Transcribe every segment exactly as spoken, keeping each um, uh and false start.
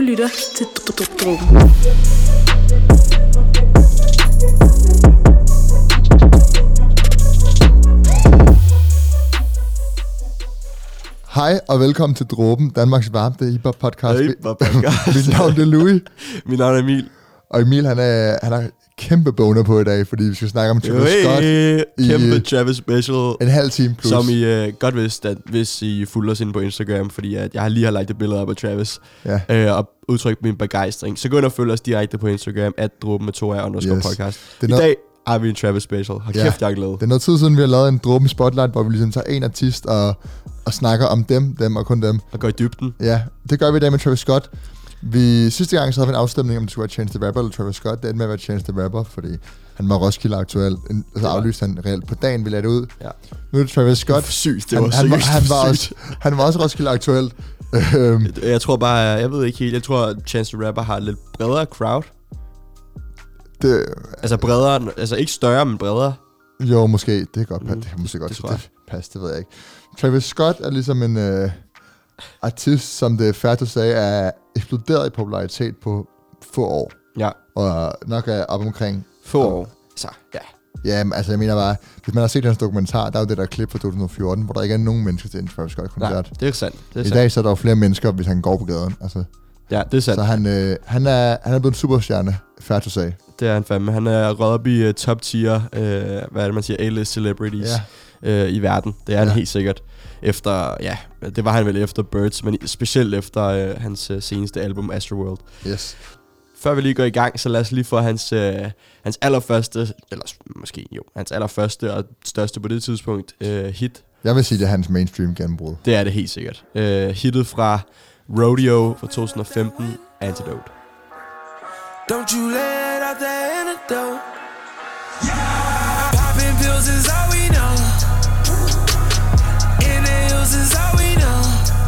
lytter til Dråben. Hej og velkommen til Dråben, Danmarks varmeste hiphop-podcast. Hiphop-podcast. Mit navn er Louis. Mit navn er Emil. Og Emil, han er, han er kæmpe boner på i dag, fordi vi skal snakke om Travis Scott. Kæmpe i Travis special. En halv time plus. Som I uh, godt vidste, at hvis I fulgte os inde på Instagram, fordi at jeg har lige har lagt et billede op af Travis, ja. øh, og udtrykt min begejstring. Så gå ind og følg os direkte på Instagram, at Dråben med to R underscore yes. podcast. I noget... dag har vi en Travis special. Hold ja. kæft, jeg er glad. Det er noget tid siden, vi har lavet en Dråben Spotlight, hvor vi ligesom tager en artist og, og snakker om dem, dem og kun dem. Og går i dybden. Ja, det gør vi i dag med Travis Scott. Vi, sidste gang så havde vi en afstemning, om det skulle være Chance the Rapper eller Travis Scott. Det endte med at være Chance the Rapper, fordi han var Roskilde aktuel. Altså aflyste han reelt på dagen, vi lagde det ud. Ja. Nu er det Travis Scott. Det var sygt, det han, var han, sygt. Han, han, var også, han var også Roskilde aktuel. Jeg tror bare, jeg ved ikke helt, jeg tror, at Chance the Rapper har et lidt bredere crowd. Det, altså bredere, altså ikke større, men bredere. Jo, måske. Det kan godt passe. Mm, det kan måske det, godt det det passe, det ved jeg ikke. Travis Scott er ligesom en øh, artist, som det er færdigt at sige, er eksploderet i popularitet på få år. Ja. Og nok er op omkring... Få år. Så, ja. Ja, men, altså jeg mener bare, hvis man har set hans dokumentar, der er jo det der klip fra to tusind og fjorten, hvor der ikke er nogen mennesker til en Travis Scott-koncert. Nej, det er sandt. Det er I sandt. dag så er der jo flere mennesker, hvis han går på gaden. Altså. Ja, det er sandt. Så han, øh, han, er, han er blevet en superstjerne, færdigt at sige. Det er han fandme. Han er røget op i uh, top tier, uh, hvad er det man siger, A-list celebrities ja. uh, i verden. Det er han ja. helt sikkert. Efter, ja, det var han vel efter Birds, men specielt efter uh, hans uh, seneste album, Astroworld. Yes. Før vi lige går i gang, så lad os lige få hans, uh, hans allerførste, eller måske jo, hans allerførste og største på det tidspunkt, uh, hit. Jeg vil sige, det er hans mainstream gennembrud. Det er det helt sikkert. Uh, hittet fra Rodeo fra to tusind og femten, Antidote. Don't you let out the antidote. Yeah. Popping pills is all we know. Inhales is all we know.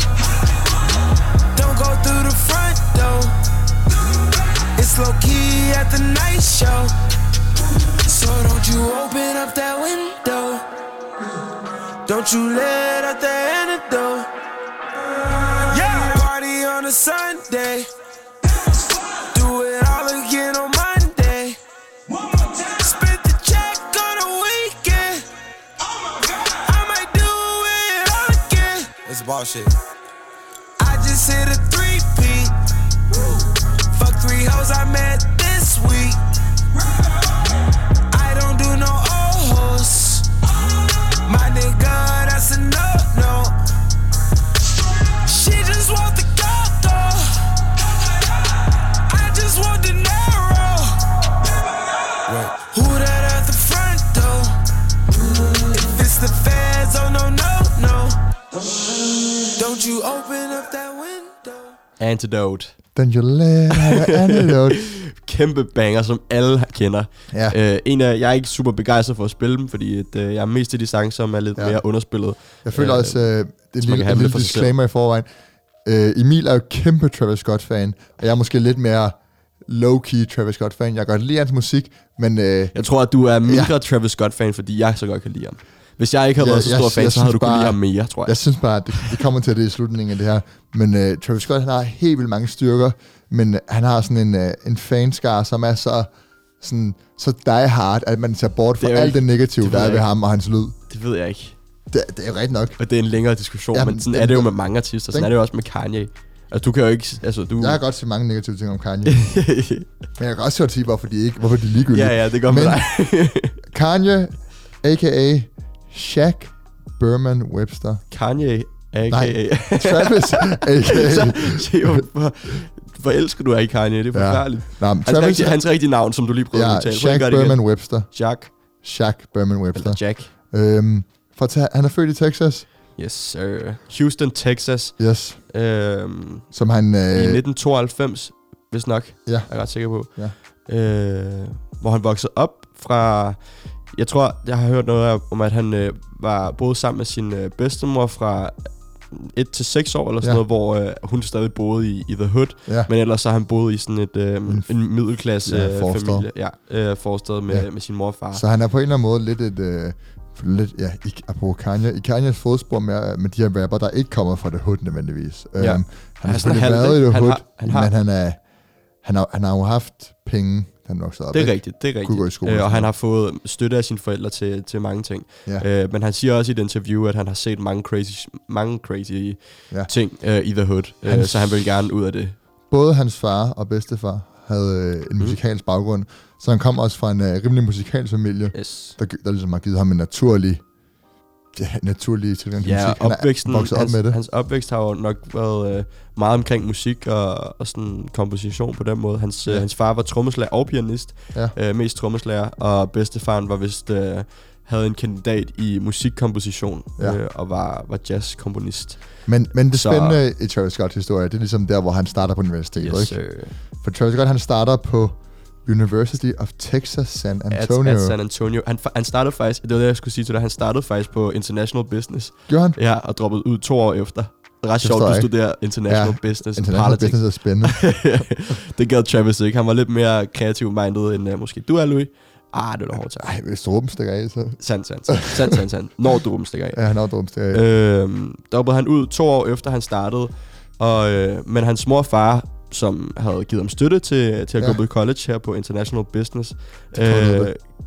Don't go through the front door. It's low key at the night show. So don't you open up that window. Don't you let out the antidote. Yeah. Party on a Sunday. Shit. I just hit a three-peat. Fuck three hoes I met this week. I don't do no old hoes. My nigga, that's a no-no. She just want the go-go. I just want the narrow. Right. Who that at the front door? If it's the feds, oh no, no, no. Don't you open up that window. Antidote. Don't you let out the antidote. Kæmpe banger, som alle kender. Ja. Uh, en af, jeg er ikke super begejstret for at spille dem, fordi at, uh, jeg er mest til de sange, som er lidt ja. mere underspillet. Jeg føler uh, også, uh, det er en lille, en lille disclaimer i forvejen. Uh, Emil er jo kæmpe Travis Scott-fan, og jeg er måske lidt mere low-key Travis Scott-fan. Jeg kan godt lide hans musik, men... Uh, jeg tror, at du er mindre ja. Travis Scott-fan, fordi jeg så godt kan lide ham. Hvis jeg ikke havde ja, været så stor jeg, fan, jeg så havde du kunne lide ham mere, tror jeg. Jeg synes bare, at det, det kommer til det i slutningen af det her. Men uh, Travis Scott, han har helt vildt mange styrker, men uh, han har sådan en, uh, en fanskare, som er så, sådan, så die hard, at man tager bort fra alt ikke, det negative, det der er ved ham og hans lyd. Det ved jeg ikke. Det, det er jo rigtigt nok. Og det er en længere diskussion, ja, men sådan den, er det jo med mange artister. Sådan den, er det jo også med Kanye. Altså, du kan jo ikke... Altså, du... Jeg har godt set mange negative ting om Kanye. Men jeg kan også godt sige, hvorfor de, ikke, hvorfor de er ligegyldige. Ja, ja, det går med dig. Kanye, a k a. Shaq Berman Webster. Kanye, a k a. Nej, Travis, a k a. Hvor forelsker du er i Kanye, det er forfærdeligt. Ja. Nå, hans, Travis, rigtig, hans rigtige navn, som du lige prøvede ja, at tale. Shaq Berman Webster. Jack. Shaq Berman Webster. Eller Jack. Øhm, for at tage, han er født i Texas. Yes, sir. Houston, Texas. Yes. Øhm, som han... Øh, I nitten tooghalvfems, hvis nok. Ja. Er jeg ret sikker på. Ja. Øh, hvor han voksede op fra... Jeg tror, jeg har hørt noget om, at han øh, var boet sammen med sin øh, bedstemor fra et til seks år, eller sådan ja. noget, hvor øh, hun stadig boede i, i The Hood. Ja. Men ellers så har han boet i sådan et, øh, en, en middelklasse ja, øh, familie. Ja, øh, forstad med, ja. med sin mor og far. Så han er på en eller anden måde lidt et... Øh, lidt, ja, i, apropos Kanye, i Kanye's fodspor med, med de her rapper, der ikke kommer fra det hood nødvendigvis. Ja. Um, han har selvfølgelig været i det hood, han har, han har, men han, er, han, har, han har jo haft penge, han nok så op. Det er rigtigt, det er rigtigt. Skole, øh, og han har fået støtte af sine forældre til, til mange ting. Ja. Øh, men han siger også i et interview, at han har set mange crazy, mange crazy ja. ting øh, i the hood, øh, så han vil gerne ud af det. Både hans far og bedstefar havde øh, en musikalsk mm. baggrund, så han kom også fra en øh, rimelig musikalsk familie, yes. der, der ligesom har givet ham en naturlig, ja, naturlig tilgang til ja, musik. Han opvæksten, er vokset hans, op med det. Hans opvækst har jo nok været øh, meget omkring musik og, og sådan komposition på den måde. Hans, ja. øh, hans far var trommeslager og pianist, ja. øh, mest trommeslager, og bedstefaren var vist øh, havde en kandidat i musikkomposition ja. øh, og var, var jazzkomponist. Men, men det spændende i Travis Scotts historie, det er ligesom der, hvor han starter på universitetet, yes, ikke? For Travis Scott, han starter på University of Texas San Antonio. At, at San Antonio. Han, han startede faktisk, det var det, jeg skulle sige til dig, han startede faktisk på International Business. Gjorde han? Ja, og droppede ud to år efter. Det er ret sjovt, du studerer International ja, Business. International Business er spændende. Det gad Travis ikke. Han var lidt mere kreativ-minded end uh, måske du er, Louis. Ah, det er da hårdt sagt. Ej, hvis Ruben stikker af, så... Sand, sand, sand. Sand, sand, sand. Når du Ruben stikker af. Ja, når du Ruben stikker af. Øhm, droppede han ud to år efter, han startede. Og, øh, men hans mor og far, som havde givet ham støtte til, til at ja. gå på college her på International Business, øh,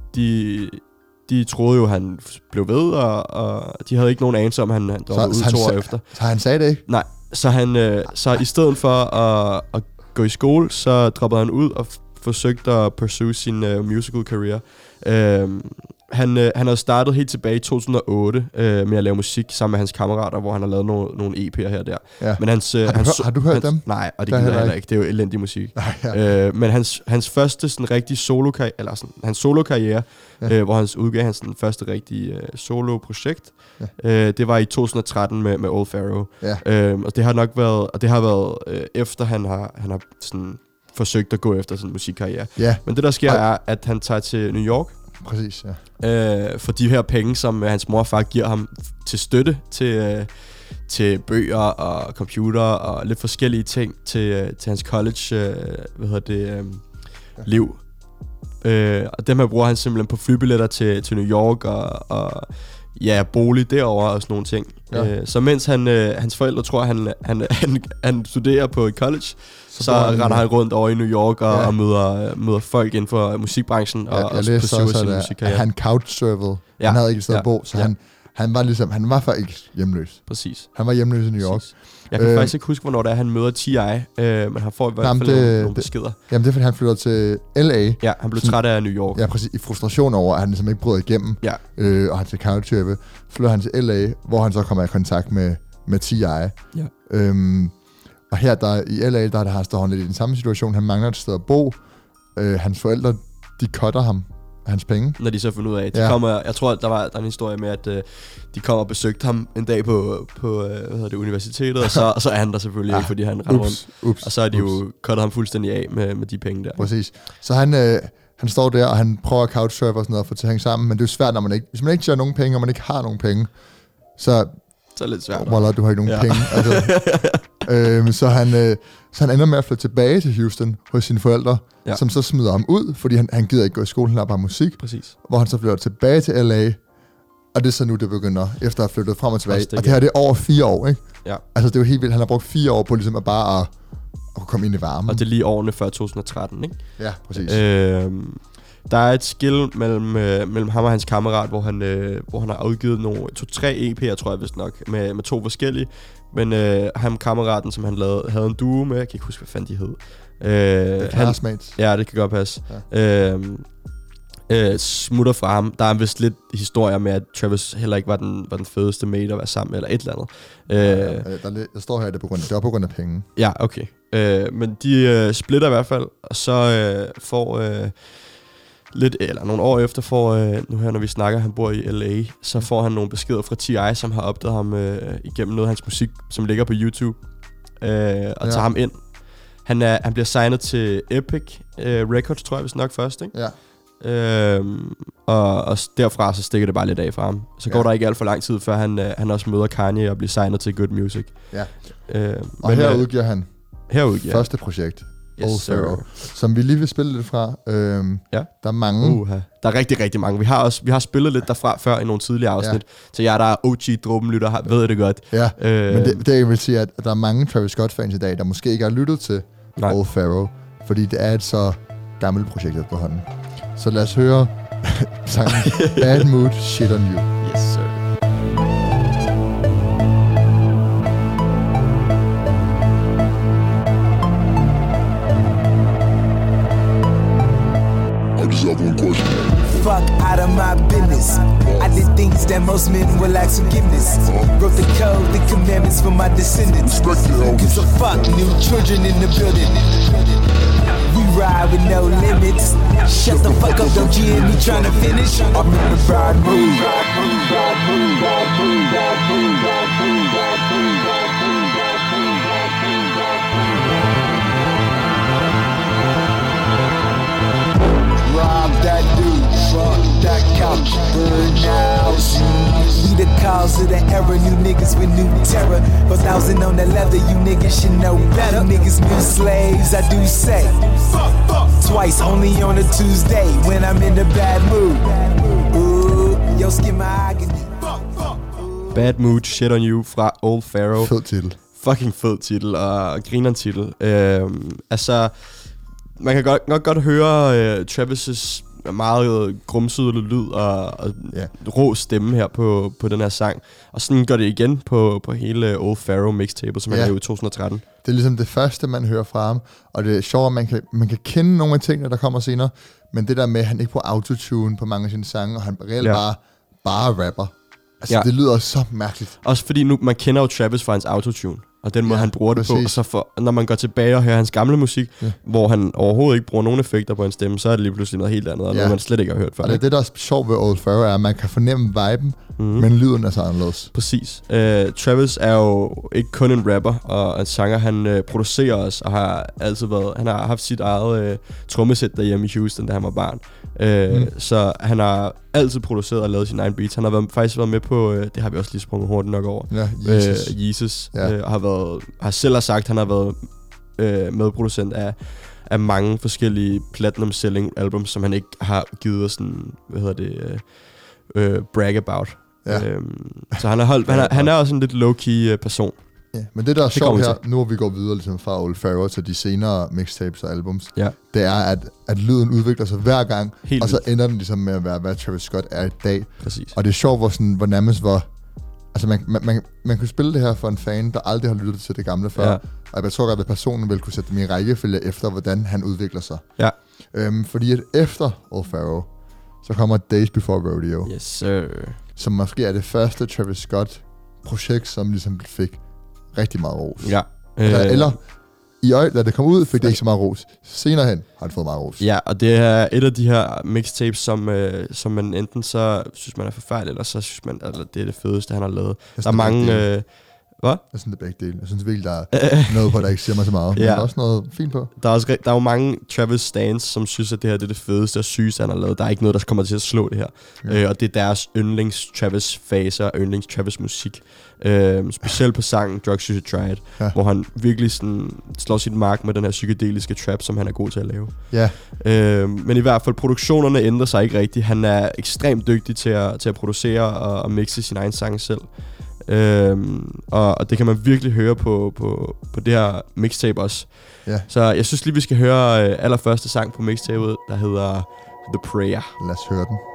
de, de troede jo, han blev ved, og, og de havde ikke nogen anelse om, han, han droppede ud to år sa- efter. Så han sagde det ikke? Nej, så, han, øh, så i stedet for at, at gå i skole, så droppede han ud og f- forsøgte at pursue sin uh, musical career. Uh, han, uh, han havde startet helt tilbage i to tusind og otte uh, med at lave musik sammen med hans kammerater, hvor han har lavet nogle, nogle E P'er her og der. Ja. Men hans, uh, har, du hans, hør, har du hørt hans, dem? Nej, og det gider jeg heller ikke. Det er jo elendig musik. ja. uh, men hans, hans første sådan rigtig solo-karriere, eller sådan, hans solo-karriere, ja. uh, hvor han udgav hans sådan, første rigtige uh, solo-projekt, ja. uh, det var i to tusind og tretten med, med Old Pharaoh. Ja. Uh, og det har nok været, og det har været uh, efter han har, han har sådan forsøgt at gå efter sådan en musikkarriere. Ja. Men det der sker er, at han tager til New York. Præcis, ja. Øh, for de her penge, som øh, hans mor og far giver ham til støtte til, øh, til bøger og computer og lidt forskellige ting til, øh, til hans college, øh, hvad hedder det, øh, ja. liv. Øh, og dem her bruger han simpelthen på flybilletter til, til New York og, og ja, bolig derovre og sådan nogle ting. Ja. Øh, så mens han, øh, hans forældre tror, han, han, han, han studerer på et college, så, så render han rundt over i New York og, ja. og møder, møder folk inden for musikbranchen og, ja, og pursuer sin musikkarriere. Han couchsurfede. Ja. Han havde ikke et sted ja. at bo, så ja. han, han var ligesom, han var faktisk ikke hjemløs. Præcis. Han var hjemløs i New York. Præcis. Jeg kan øh, faktisk ikke huske, hvornår det er, han møder T I, øh, men han får i hvert fald nogle, nogle beskeder. Jamen det er, fordi han flytter til L A. Ja, han blev sådan, træt af New York. Ja, præcis. I frustration over, at han ligesom ikke brød igennem, ja. øh, og han til couchsurfe, flytter han til L A, hvor han så kommer i kontakt med, med T I. Ja. Øhm, og her der, i L A, der er han står lidt i den samme situation. Han mangler et sted at bo. Øh, hans forældre, de cutter ham hans penge. Når de så finder ud af, de ja. kommer, jeg tror, der var der er en historie med, at uh, de kommer og besøgte ham en dag på, på uh, hvad hedder det, universitetet, og så, og så er han der selvfølgelig ja. ikke, fordi han render rundt. Ups, og så er de ups. jo cuttet ham fuldstændig af med, med de penge der. Præcis. Så han, øh, han står der, og han prøver at couchsurfe og sådan noget, for til at hænge sammen, men det er jo svært, når man ikke, hvis man ikke tjener nogen penge, og man ikke har nogen penge, så... Så er det lidt svært. Wallah, du har ikke nogen ja. penge. Altså, øhm, så, han, øh, så han ender med at flytte tilbage til Houston hos sine forældre, ja. som så smider ham ud, fordi han, han gider ikke gå i skole, han har bare musik. Præcis. Hvor han så flytter tilbage til L A, og det er så nu, det begynder, efter at have flyttet frem og tilbage. Og det her, det er over fire år, ikke? Ja. Altså, det er jo helt vildt. Han har brugt fire år på ligesom at bare at, at komme ind i varmen. Og det er lige årene før to tusind og tretten, ikke? Ja, præcis. Øhm, der er et skill mellem, øh, mellem ham og hans kammerat, hvor han, øh, hvor han har udgivet nogle to-tre E P'er, tror jeg vist nok, med, med to forskellige. Men øh, ham kammeraten, som han lavede, havde en duo med, jeg kan ikke huske, hvad fanden de hed. Øh, The Classmates. Ja, det kan godt passe. Ja. Øh, øh, smutter fra ham. Der er vist lidt historier med, at Travis heller ikke var den, var den fedeste mate at være sammen med, eller et eller andet. Øh, ja, ja, der, der, der står her, det er på grund af, det er på grund af penge. Ja, okay. Øh, men de øh, splitter i hvert fald, og så øh, får... Øh, lidt, eller nogle år efter får, øh, nu her når vi snakker, han bor i L A, så får han nogle beskeder fra T I, som har opdaget ham øh, igennem noget af hans musik, som ligger på YouTube, øh, og ja. tager ham ind. Han, er, han bliver signet til Epic øh, Records, tror jeg vist nok først, ikke? Ja. Øh, og, og derfra så stikker det bare lidt af for ham. Så går ja. der ikke alt for lang tid, før han, øh, han også møder Kanye og bliver signet til Good Music. Ja. Øh, og men, her øh, udgiver han her udgiver første projekt. Yes, Old Pharaoh, som vi lige vil spille lidt fra. Øhm, ja. Der er mange. Uh-huh. Der er rigtig, rigtig mange. Vi har også vi har spillet lidt derfra før i nogle tidligere afsnit. Ja. Så jeg der er O G-drummenlytter, har ved det godt. Ja, øh, men det, det jeg vil sige, at der er mange Travis Scott-fans i dag, der måske ikke har lyttet til nej. Old Pharaoh, fordi det er et så gammelt projekt på hånden. Så lad os høre sangen Bad Mood, Shit on You. Yes, sir. Fuck out of my business. I did things that most men will ask forgiveness. Wrote the code, the commandments for my descendants. Gives a fuck, new children in the building. We ride with no limits. Shut the fuck up, don't you hear me trying to finish? I'm in the ride mood. Rob that dude, fuck that couch, burn house. We the cause of the era, new niggas with new terror. For thousand on the leather, you niggas should know better. You niggas new slaves, I do say. Twice, only on a Tuesday, when I'm in the bad mood. Ooh, yo, skin my agony. Bad Mood, Shit on You fra Old Pharaoh. Fed titel. Fucking fed titel, og grineren titel. Øhm, altså... Man kan godt, godt, godt høre uh, Travis' meget grumsede lyd og, og yeah. rå stemme her på, på den her sang. Og sådan gør det igen på, på hele Old Pharaoh mixtape, som yeah. han lavede i to tusind og tretten. Det er ligesom det første, man hører fra ham. Og det er sjovt, at man kan, man kan kende nogle af tingene, der kommer senere. Men det der med, at han ikke på autotune på mange af sine sange, og han reelt yeah. bare, bare rapper. Altså, ja. Det lyder så mærkeligt. Også fordi nu, man kender jo Travis fra hans autotune. Og den måde, ja, han bruger det præcis. På. Og så for, når man går tilbage og hører hans gamle musik, ja. Hvor han overhovedet ikke bruger nogen effekter på hans stemme, så er det lige pludselig noget helt andet, og ja. Noget, man slet ikke har hørt før. Og det, det der er sjovt ved Old Pharaoh, er, at man kan fornemme viben, mm-hmm. men lyden er så anderledes. Præcis. Uh, Travis er jo ikke kun en rapper og en sanger. Han uh, producerer også, og har altid været... Han har haft sit eget uh, trommesæt derhjemme i Houston, da han var barn. Uh, mm. Så han har altid produceret og lavet sine egne beats. Han har været, faktisk været med på... Uh, det har vi også lige sprunget hurtigt nok over. Ja, Jesus. Uh, Jesus. Ja. Uh, har været... Har selv har sagt, at han har været uh, medproducent af, af mange forskellige platinum-selling albums, som han ikke har givet os sådan... Hvad hedder det... Uh, uh, brag about. Ja. Øhm, så han er, holdt, han, er, han er også en lidt low-key uh, person. Ja, men det der er det sjovt her, nu hvor vi går videre ligesom fra Old Pharaoh til de senere mixtapes og albums, ja. Det er, at, at lyden udvikler sig hver gang, helt og så ender den ligesom med at være, hvad Travis Scott er i dag. Præcis. Og det er sjovt, hvor, sådan, hvor nærmest hvor... Altså, man, man, man, man kunne spille det her for en fan, der aldrig har lyttet til det gamle før. Ja. Og jeg tror godt, at personen vil kunne sætte dem i rækkefølge efter, hvordan han udvikler sig. Ja. Øhm, fordi at efter Old Pharaoh, så kommer Days Before Rodeo. Yes, sir. Som måske er det første Travis Scott-projekt, som ligesom fik rigtig meget ros. Ja. Eller, øh, eller i øjeblikket, da det kom ud, fik det ikke så meget ros. Senere hen har det fået meget ros. Ja, og det er et af de her mixtapes, som, øh, som man enten så synes, man er forfærdeligt, eller så synes man, at det er det fedeste, han har lavet. Der er mange... Øh, hvad? Jeg synes, det er begge dele. Jeg synes virkelig, der er noget på, der ikke siger mig så meget. Men ja. Der er også noget fint på. Der er, også, der er jo mange Travis stands, som synes, at det her det er det fedeste og sygeste, han har lavet. Der er ikke noget, der kommer til at slå det her. Ja. Øh, og det er deres yndlings Travis-faser og yndlings Travis-musik. Øh, specielt på sangen Drugs You Should Try It, ja. Hvor han virkelig sådan slår sit mark med den her psykedeliske trap, som han er god til at lave. Ja. Øh, men i hvert fald, produktionerne ændrer sig ikke rigtigt. Han er ekstremt dygtig til at, til at producere og, og mixe sin egen sang selv. Øhm, og, og det kan man virkelig høre på, på, på det her mixtape også. Yeah. Så jeg synes lige vi skal høre øh, allerførste sang på mixtapet, der hedder The Prayer. Lad os høre den.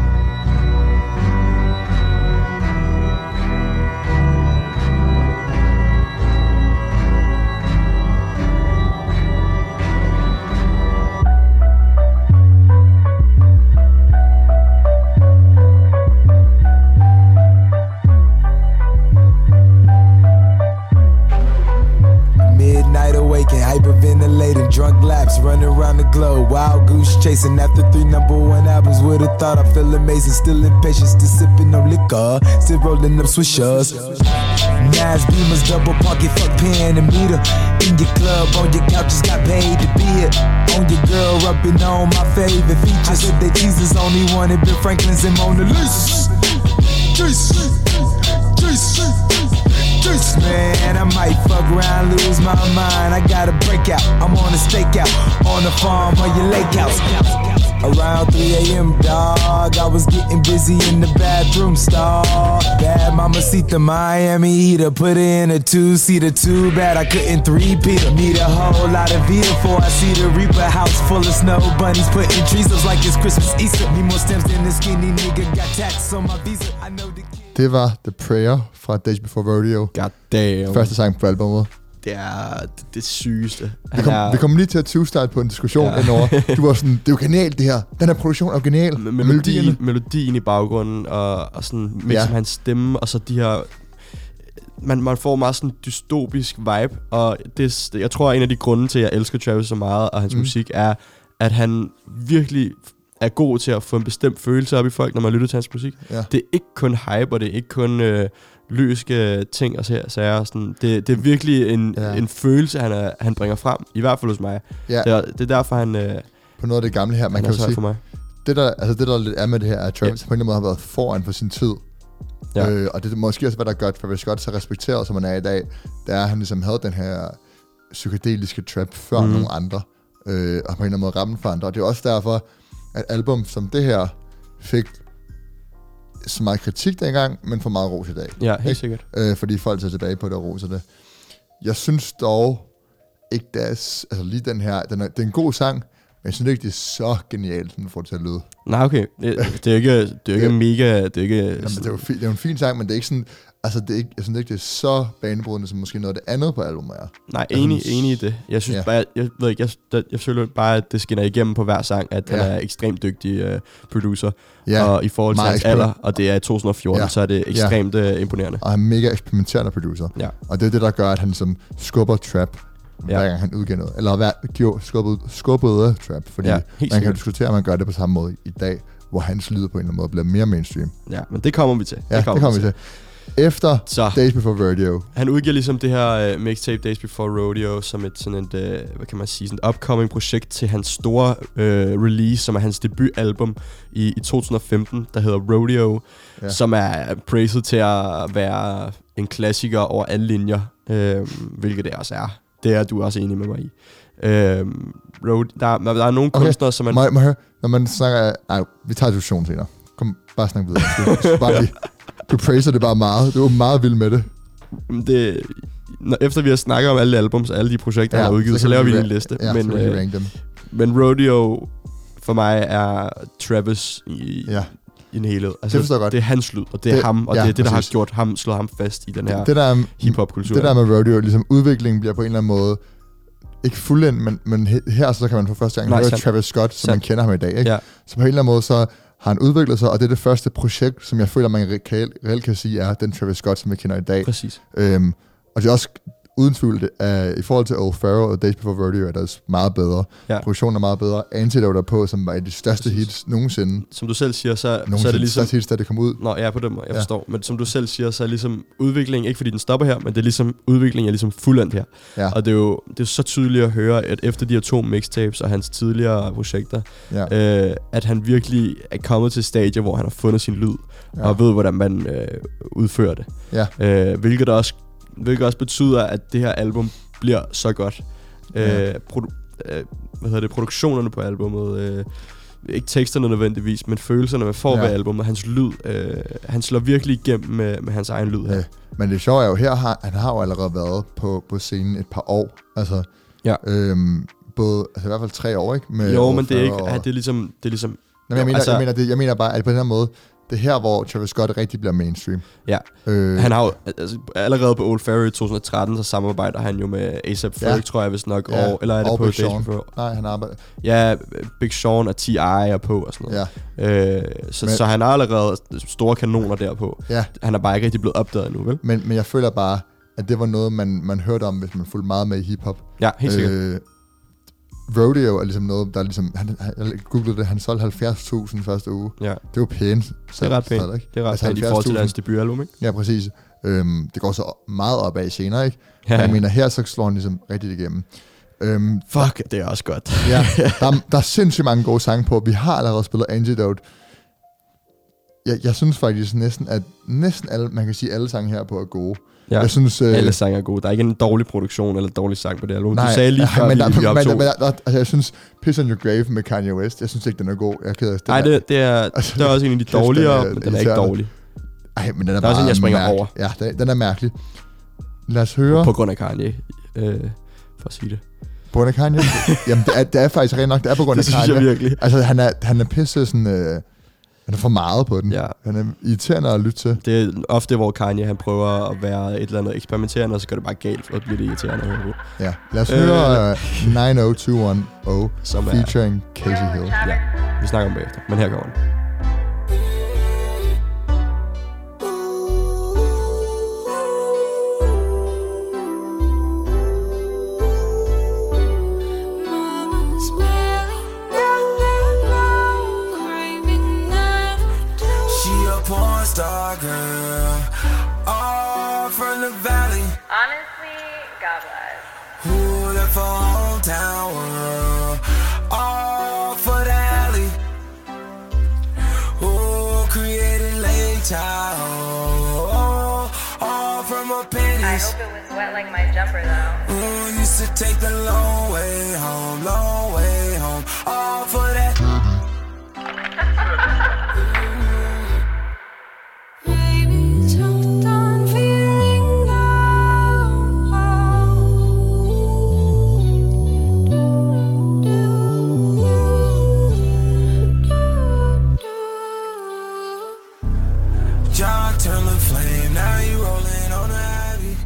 Hyperventilating, drunk laps, running around the globe. Wild goose chasing after three number one albums. Would've thought I feel amazing, still impatient, still sipping no liquor, still rolling up swishers. Nas Beamers, double pocket, fuck pen and meter. In your club, on your couch, just got paid to be it. On your girl, rubbing on my favorite features. I said that Jesus only wanted Ben Franklin's and Mona Lisa's. Jesus, Jesus, Jesus. loose, man. I might fuck around, lose my mind. I got a breakout. I'm on a stakeout on the farm or your lake house. Around three a.m. dog, I was getting busy in the bathroom stall. Bad mamacita, Miami heater, put in a two-seater. Too bad I couldn't three-peat her. Need a whole lot of Vita before I see the Reaper house full of snow bunnies putting trees up like it's Christmas Easter. Need more stems than the skinny nigga got tats on my visa. I know the kid. Det var The Prayer fra Days Before Rodeo. God damn. Første sang på albumet. Det er det, det sygeste. Vi kom, er... vi kom lige til at two-start på en diskussion ja. indover. Du var sådan, det er jo genialt det her. Den her produktion er genial. Med melodien, melodien i baggrunden, og, og sådan mix ja. hans stemme, og så de her... Man, man får meget sådan dystopisk vibe, og det, jeg tror, at en af de grunde til, at jeg elsker Travis så meget, og hans mm. musik, er, at han virkelig er god til at få en bestemt følelse op i folk, når man lytter til hans musik. Ja. Det er ikke kun hype, og det er ikke kun... Øh, lyriske ting og sager. Sådan. Det, det er virkelig en, ja. en følelse, han, er, han bringer frem. I hvert fald hos mig. Ja. Det, er, det er derfor, han... Øh, på noget af det gamle her, man kan jo sige... For mig. Det, der, altså det, der lidt er med det her, er, at Travis ja. på en eller anden måde har været foran for sin tid. Ja. Øh, og det er måske også, hvad der gør, at Travis Scott så respekteret, som han er i dag, det er, at han ligesom havde den her psykedeliske trap før mm. nogle andre. Øh, og på en eller anden måde rammen for andre. Og det er også derfor, at album som det her fik så meget kritik dengang, men for meget ros i dag. Ja, helt sikkert. Øh, fordi folk tager tilbage på det og roser det. Jeg synes dog ikke, det er... Altså lige den her... Den er, det er en god sang, men jeg synes ikke, det er så genialt, som du får det til at lyde. Nej, okay. Det, det er ikke, det er ikke mega... Det er, ikke jamen, det, er jo fi, det er jo en fin sang, men det er ikke sådan... Altså, det er ikke, jeg synes ikke, det er så banebrydende, som måske noget af det andet på albumet er. Nej, enig, synes, enig i det. Jeg synes ja. bare... Jeg, jeg ved ikke, jeg, jeg, jeg føler bare, at det skinner igennem på hver sang, at ja. han er ekstremt dygtig uh, producer. Ja. Og i forhold til hans alder, og det er to tusind og fjorten, ja. så er det ekstremt ja. uh, imponerende. Og han er mega eksperimenterende producer. Ja. Og det er det, der gør, at han som skubber trap, ja. hver gang han udgiver noget. Eller hver, gjorde skubbet, skubbet trap, fordi ja, man sikkert. kan diskutere, at man gør det på samme måde i dag, hvor hans lyd på en eller anden måde bliver mere mainstream. Ja, men det kommer vi til. Ja, det kommer, det kommer vi til. Efter så, Days Before Rodeo. Han udgiver ligesom det her uh, mixtape Days Before Rodeo som et sådan et, uh, hvad kan man sige, sådan et upcoming projekt til hans store uh, release, som er hans debutalbum i, i to tusind og femten, der hedder Rodeo, ja. som er praised til at være en klassiker over alle linjer, uh, hvilket det også er. Det er du også enig med mig i. Uh, road, der, der er nogle okay. kunstnere, som man... Må, må høre, når man snakker... Ej, vi tager diskussion senere. Kom, bare snak videre. Bare lige... Du praiser det bare meget. Du er meget vild med det. det når, efter vi har snakket om alle albums og alle de projekter, ja, han har udgivet, så, så laver vi en liste. Ja, men, øh, men Rodeo for mig er Travis i, ja. i en helhed. Altså, det, det er hans lyd, og det er det, ham, og ja, det er det, der præcis. har gjort ham, slået ham fast i den her det der, hip-hop-kultur. Det der med Rodeo, ligesom udviklingen bliver på en eller anden måde ikke fuldendt, men, men her så kan man for første gang Nej, høre sant. Travis Scott, som sant. man kender ham i dag. Ikke? Ja. Så på en eller anden måde så har han udviklet sig, og det er det første projekt, som jeg føler, man reelt, reelt kan sige, er den Travis Scott, som vi kender i dag. Præcis. Øhm, og det er også uden tvivl, at i forhold til Old Pharaoh og Days Before Rodeo, er det meget bedre. Ja. Produktionen er meget bedre. Antidote er på, som var et af de største Præcis. hits nogensinde. Som du selv siger, så, så er det ligesom... største hits, da det kom ud. Nå, ja, på dem, jeg ja. forstår. Men som du selv siger, så er ligesom udviklingen, ikke fordi den stopper her, men det er ligesom, udviklingen er ligesom fuldendt her. Ja. Og det er jo det er så tydeligt at høre, at efter de her to mixtapes og hans tidligere projekter, ja. øh, at han virkelig er kommet til stadier, hvor han har fundet sin lyd, ja. og ved, hvordan man øh, udfører det. Ja. Øh, hvilket også Hvilket også betyder, at det her album bliver så godt. Ja. Øh, produ- øh, hvad hedder det? Produktionerne på albummet, øh, ikke teksterne nødvendigvis, men følelserne, man får ja. ved albummet, hans lyd. Øh, han slår virkelig igennem med, med hans egen lyd her. Ja. Men det sjove er jo, her har han har jo allerede været på, på scenen et par år. Altså, ja. øhm, både, altså i hvert fald tre år, ikke? Med jo, men det er ikke, og... det er ligesom... Det er ligesom Nå, jeg, mener, altså, jeg, mener, det, jeg mener bare, at på den her måde, det er her, hvor Travis Scott rigtig bliver mainstream. Ja, øh, han har jo altså, allerede på Old Pharaoh i to tusind og tretten, så samarbejder han jo med A$AP Ferg, ja. tror jeg vist nok, ja. og, eller er det og på Big Sean. Nej, han arbejder. Ja, Big Sean og T I er på og sådan noget. Ja. Øh, så, men, så han har allerede store kanoner derpå. Ja. Han er bare ikke rigtig blevet opdaget nu, vel? Men, men jeg føler bare, at det var noget, man, man hørte om, hvis man fulgte meget med i hiphop. Ja, helt sikkert. Øh, Rodeo er ligesom noget, der ligesom, han, jeg googlede det, han solgte halvfjerds tusind første uge. Ja. Det er jo pænt. Så, det er ret pænt. Så, det er ret altså pænt i forhold til hans debutalbum, ikke? Ja, præcis. Øhm, det går så meget op ad senere, ikke? Ja. Men jeg mener, her så slår han ligesom rigtigt igennem. Øhm, Fuck, det er også godt. Ja, der, der er sindssygt mange gode sange på. Vi har allerede spillet Antidote. Jeg, jeg synes faktisk næsten, at næsten alle, man kan sige, alle sange her på er gode. Ja. Jeg synes, øh, alle sange er gode. Der er ikke en dårlig produktion eller dårlig sang på det album. nej, Du sagde lige før, men, vi, der, vi men, optog. men, der, der, altså, jeg synes, Piss on Your Grave med Kanye West, jeg synes ikke, den er god. Jeg er ked af det. Nej, det, det, er, altså, det er også en af de kæft, den dårligere, er men den er ikke irriterende. dårlig. Ej, men den er Der er også bare en, jeg springer mærkelig. over. Ja, den, den er mærkelig. Lad os høre. På grund af Kanye, øh, for at sige det. På grund af Kanye? Jamen, det er, det er faktisk rent nok, det er på grund af Det Kanye. synes jeg virkelig. Altså, han er, han er pisse sådan... Øh, han er for meget på den. Ja. Han er irriterende at lytte til. Det er ofte, hvor Kanye han prøver at være et eller andet eksperimenterende, og så går det bare galt, og bliver det irriterende. Ja, lad os Øh. høre uh, nine oh two one oh Som er- featuring Casey Hill. Ja, vi snakker om bagefter, men her kommer den. She a porn star girl, all from the valley. Honestly, God bless. Who left for hometown world, all for the alley. Who created late child, all, all from her I pennies. hope it was wet like my jumper though. Who used to take the long way home, long way home, all for that. John Turner flame, now you rolling on the Abbey.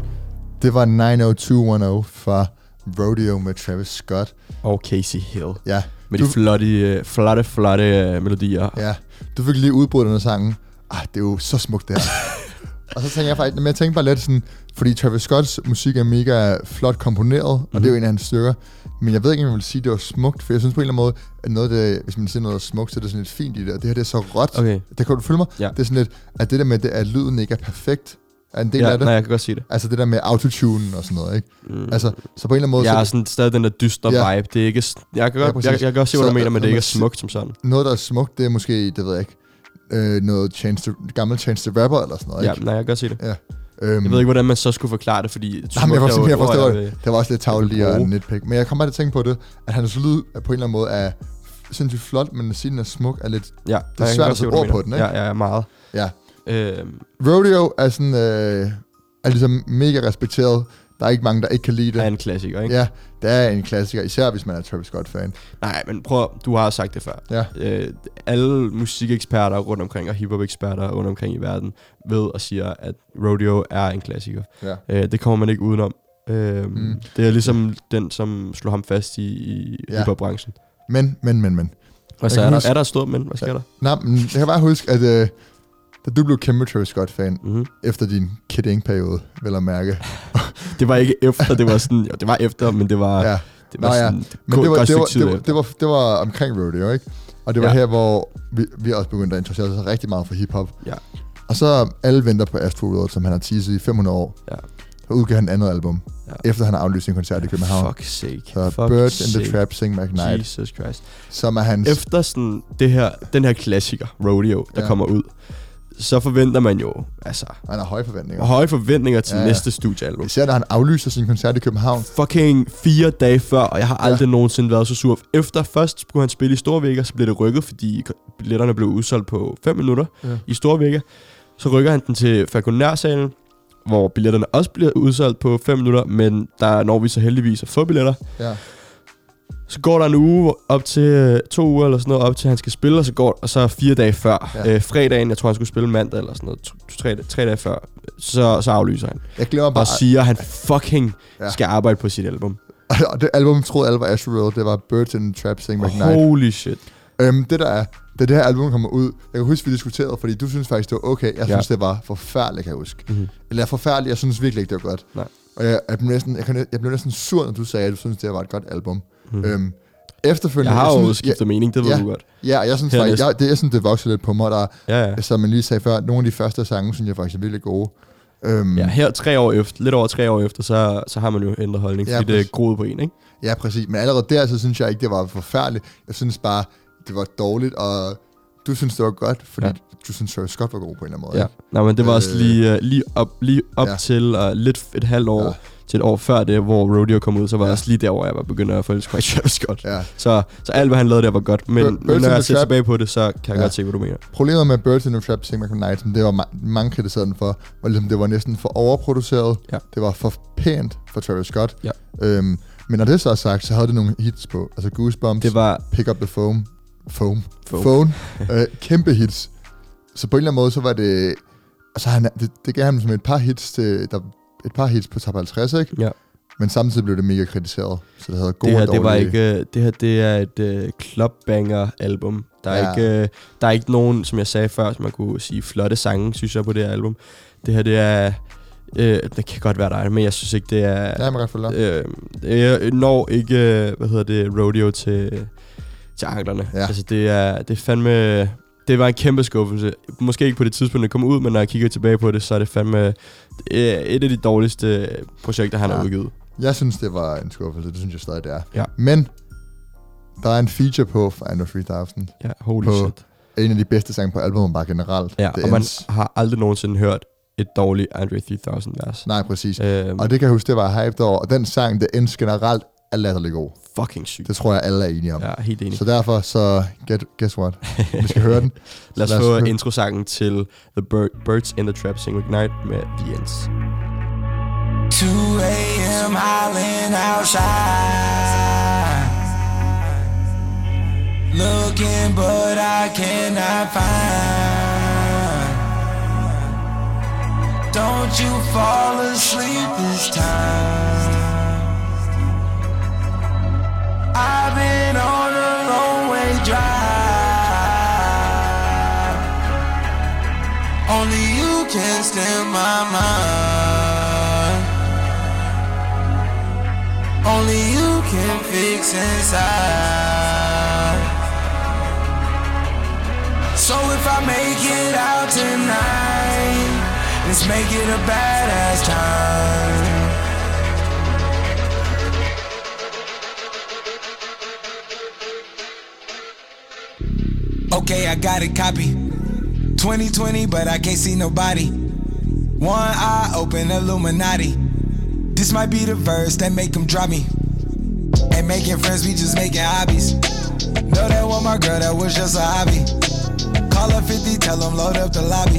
Det var nine oh two one oh fra Rodeo med Travis Scott. Og Casey Hill. Ja, Med du, de flotte, flotte, flotte uh, melodier. ja, du fik lige udbrudt den sangen. Ah, det er jo så smukt det her. Og så tænker jeg faktisk, men jeg tænker bare lidt sådan, fordi Travis Scotts musik er mega flot komponeret, mm-hmm. og det er jo en af hans styrker. Men jeg ved ikke, om jeg vil sige, at det var smukt, for jeg synes på en eller anden måde, at noget det, hvis man siger noget smukt, så er det sådan lidt fint i det, og det her det er så råt. Okay. Det kan du følge mig? Ja. Det er sådan lidt, at det der med, det, at lyden ikke er perfekt, er en del Ja, af det. nej, jeg kan godt sige det. Altså det der med autotunen og sådan noget, ikke? Mm. Altså, så på en eller anden måde... Jeg har så, sådan stadig den der dystre Ja. vibe. Det er ikke... s- Jeg kan Ja, godt, præcis. jeg, jeg kan godt se, hvad Så, du mener, men det når ikke man er si- smukt som sådan. noget, der er smukt, det er måske, det ved jeg ikke, øh, noget Chance the, gammel Chance the Rapper eller sådan noget, Ja, ikke? nej, jeg kan godt se det. Ja. Øhm, Jeg ved ikke, hvordan man så skulle forklare det, fordi... Nej, men jeg smukt forstår, er jo jeg et ord, forstår jeg det. vil- Det var også lidt tavligt lige at bruge. nitpick. Men jeg kommer bare til at tænke på det, at hans lyd er på en eller anden måde er sindssygt flot, men at sige, den er smuk, er lidt... Ja, Det er jeg kan svært godt at se, sætte hvad du ord på mener. den, ikke? Ja, ja, meget. Ja. Øhm, Rodeo er sådan... Øh, er ligesom mega respekteret. Der er ikke mange, der ikke kan lide det. er en klassiker, ikke? Ja, det er en klassiker, især hvis man er Travis Scott-fan. Nej, men prøv, du har sagt det før. Ja. Øh, alle musikeksperter rundt omkring, og hiphop-eksperter rundt omkring i verden, ved og siger, at Rodeo er en klassiker. Ja. Øh, det kommer man ikke udenom. Øh, Mm. mm. Det er ligesom den, som slog ham fast i, i Ja. hiphop-branchen. Men, men, men, men. Og så kan er der, huske- er der et stort men. Hvad sker der? Nej, men jeg kan bare huske, at øh, da du blev kæmpe Travis Scott-fan, Mm-hmm. efter din Kid Ink-periode, vil jeg mærke. Det var ikke efter, det var sådan... Jo, det var efter, men det var... Ja. Det var Nå ja, sådan... Men det var, godt det, var, stykke tid det, var, efter. det, var, det var omkring rodeo, ikke? Og det var Ja. her, hvor vi, vi også begyndte at interessere os rigtig meget for hiphop. Ja. Og så alle venter på Astro World, som han har teaset i fem hundrede år. Ja. Så udgav han et andet album, Ja. efter han har aflyst en koncert i København. Fuck sake. Så Fuck Birds in the sake. Trap, Sing McKnight, Jesus Christ. som er hans... Efter sådan det her, den her klassiker, Rodeo, der Ja. kommer ud, så forventer man jo, altså, Han har høje forventninger. høje forventninger til Ja, ja, ja. næste studiealbum. Især da han aflyser sin koncert i København. Fucking fire dage før, og jeg har aldrig nogensinde været så sur. Efter først skulle han spille i Storvega, så blev det rykket, fordi billetterne blev udsolgt på fem minutter Ja. i Storvega. Så rykker han den til Falconer-salen, hvor billetterne også bliver udsolgt på fem minutter, men der når vi så heldigvis at få billetter. Ja. Så går der en uge op til to uger eller sådan noget, op til han skal spille, og så går og så fire dage før, Ja. øh, fredagen, jeg tror han skulle spille mandag eller sådan noget, to, to, tre, tre dage før, så, så aflyser han. Jeg glemmer bare... Og siger, at han fucking Ja. ja. skal arbejde på sit album. Og det album, troede alle var Astro World, det var Birds in the Trap, Sing McKnight. Holy shit. Øhm, det der er, da det her album kommer ud, jeg kan huske, vi diskuterede, fordi du synes faktisk, det var okay. Jeg Ja. synes, det var forfærdeligt, kan jeg huske. Mm-hmm. Eller forfærdeligt, jeg synes virkelig ikke, det var godt. Nej. Og jeg, jeg, blev næsten, jeg, kan, jeg blev næsten sur, når du sagde, at du synes, det var et godt album. Mm. Øhm, efterfølgende... Jeg har jo synes, skiftet mening, det ved ja. du godt. Ja, og jeg synes Her faktisk, næste. jeg, det, jeg synes, det voksede lidt på mig. Der, Ja, ja. som man lige sagde før, nogle af de første sange, synes jeg faktisk er virkelig gode. Øhm, Ja, her tre år efter, lidt over tre år efter, så, så har man jo ændret holdning, Ja, fordi det er præcis. groet på en, ikke? Ja, præcis. Men allerede der, så synes jeg ikke, det var forfærdeligt. Jeg synes bare, det var dårligt, og du synes, det var godt, fordi ja. du synes, Travis Scott var god på en eller anden måde. Ja. Nej, men det var øh, også lige, uh, lige op, lige op ja. til uh, lidt et halvt år, ja. til et år før det, hvor Rodeo kom ud, så var ja. også lige der, hvor jeg var begyndt at forelske mig i Travis Scott. Ja. Så, så alt, hvad han lavede der, var godt. Men, Bir- men når jeg ser tilbage på det, så kan jeg ja. godt se, hvad du mener. Problemet med Birds in the Trap, Sing McKnight, som det var ma- mange kritiserede den for, var ligesom, det var næsten for overproduceret. Ja. Det var for pænt for Travis Scott. Ja. Øhm, men når det så er sagt, så havde det nogle hits på. Altså Goosebumps, det var Pick Up The Phone, Phone, Phone, Phone øh, kæmpe hits. Så på en eller anden måde, så var det... Altså, han, det, det gav ham som et par hits til... Der, et par hits på top halvtreds, ikke? Ja. Men samtidig blev det mega kritiseret. Så det havde gode det her, og det var ikke, det her, det er et uh, clubbanger-album. Der er, ja. ikke, der er ikke nogen, som jeg sagde før, som man kunne sige, flotte sange, synes jeg, på det her album. Det her, det er... Øh, det kan godt være der, men jeg synes ikke, det er... Ja, man kan øh, Jeg når ikke, hvad hedder det, Rodeo til, til anklerne. Ja. Altså, det er, det er fandme... Det var en kæmpe skuffelse. Måske ikke på det tidspunkt, det kom ud, men når jeg kigger tilbage på det, så er det fandme et af de dårligste projekter, han ja. har udgivet. Jeg synes, det var en skuffelse. Det synes jeg stadig, det er. Ja. Men der er en feature på for Andre tre tusind. Ja, holy på shit. En af de bedste sange på albumet, bare generelt. Ja, The og man Ends. har aldrig nogensinde hørt et dårligt Andre tre tusind vers. Nej, præcis. Øhm. Og det kan jeg huske, det var hyped over. Og den sang, The Ends generelt, er latterlig god. Fucking sygt. Det tror jeg, alle er enige om. Ja, helt enig. Så derfor, så get, guess what? Vi skal høre den. Lad os, lad os få høre. Introsangen til The Bir- Birds in the Trap Sing McKnight med The Ends. two a.m. howling outside, looking but I cannot find. Don't you fall asleep this time. I've been on a long way drive. Only you can stand my mind. Only you can fix inside. So if I make it out tonight, let's make it a badass time. Okay, I got it, copy. twenty twenty, but I can't see nobody. One eye open, Illuminati. This might be the verse that make them drop me. Ain't making friends, we just making hobbies. Know that was my girl, that was just a hobby. Call her fifty, tell them load up the lobby.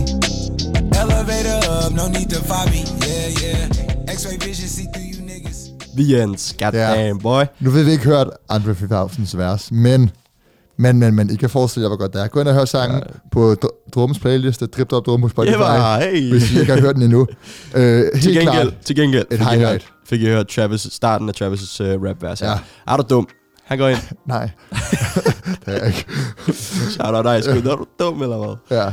Elevator up, no need to find me. Yeah, yeah. X-ray vision, see through you niggas. The Ends, goddamn boy. Nu ved vi ikke hørt Andre tre tusind's vers, men... Men, men, men, I kan forestille jer, hvor godt det er. Gå ind og hør sangen ja. på Dr- Drums playliste, Drip Drop Drum på Spotify, yeah, hey. hvis I ikke har hørt den endnu. Uh, helt til gengæld, klart, til gengæld et fik, highlight. I hørt, fik I hørt Travis, starten af Travis' uh, rap-vers. Ja. Er du dum? Han går ind. Nej, det er jeg ikke. Shout out dig, sgu. Er du dum, eller hvad? Ja.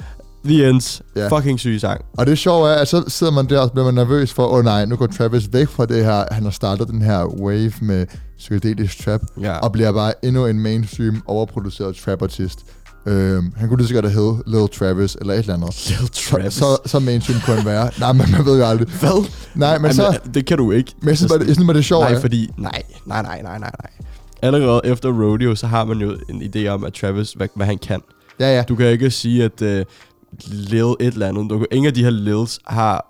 The Ends. Ja. Fucking syg sang. Og det sjove er, at så sidder man der og bliver man nervøs for, åh oh, nej, nu går Travis væk fra det her. Han har startet den her wave med psykedelisk trap, ja. og bliver bare endnu en mainstream, overproduceret trap-artist. Øhm, han kunne lige så godt have heddet Lil Travis, eller et eller andet. Lil Travis? Så, så, så mainstream kunne han være. Nej, men man ved jo aldrig. Hvad? Nej, men Jamen, så... Det kan du ikke. Men jeg synes bare, det, jeg synes, det er sjovt. Nej, fordi... Nej, nej, nej, nej, nej, nej. Allerede efter Rodeo, så har man jo en idé om, at Travis, hvad, hvad han kan. Ja, ja. Du kan ikke sige, at uh, Lil et eller andet. Du kan, ingen af de her Lils har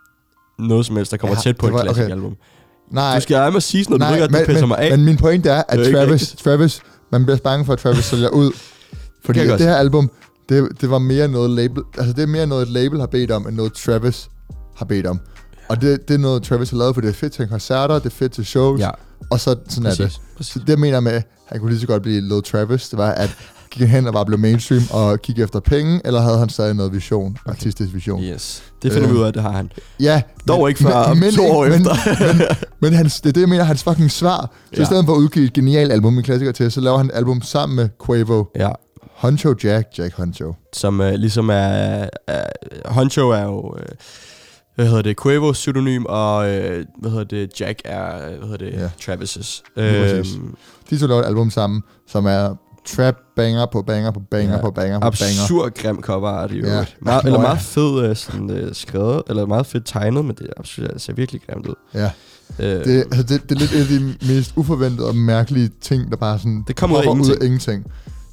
noget som helst, der kommer ja, tæt på et klassisk okay. album. Nej. Du skal aldrig sige sådan noget, du ved ikke, at du pisser mig af. Men min pointe er, at er Travis, Travis, man bliver bange for, at Travis sælger ud. Fordi det, det her album, det, det var mere noget label, altså det er mere noget, et label har bedt om, end noget Travis har bedt om. Og det, det er noget, Travis har lavet, for det er fedt til koncerter, det er fedt til shows, ja. Og så sådan præcis, er det. Præcis. Så det jeg mener med, at han kunne lige så godt blive Lil Travis, det var, at gik han hen og bare blev mainstream og kigge efter penge, eller havde han stadig noget vision, okay. Artistisk vision? Yes, det finder vi øh, ud af, det har han. Ja. Dog men, ikke før men, to år men, efter. men, men, men hans, det er det, jeg mener, hans fucking svar. Så ja. I stedet for at udgive et genialt album, en klassiker til, så laver han et album sammen med Quavo. Ja. Huncho Jack, Jack Huncho. Som uh, ligesom er... Uh, Huncho er jo... Uh, hvad hedder det? Quavo's pseudonym, og uh, hvad hedder det? Jack er... Hvad hedder det? Ja. Travis's. Um, De to laver et album sammen, som er trap banger på banger på banger ja. på banger på Absurd banger. Absurd grim cover er det jo. Ja. Meget, eller meget fed uh, sådan, uh, skrevet, eller meget fedt tegnet, men det, absolut, det ser virkelig grimt ud. Ja. Uh, det, altså det, det er lidt et af de mest uforventede og mærkelige ting, der bare sådan det kommer ud af ingenting. Ud af ingenting.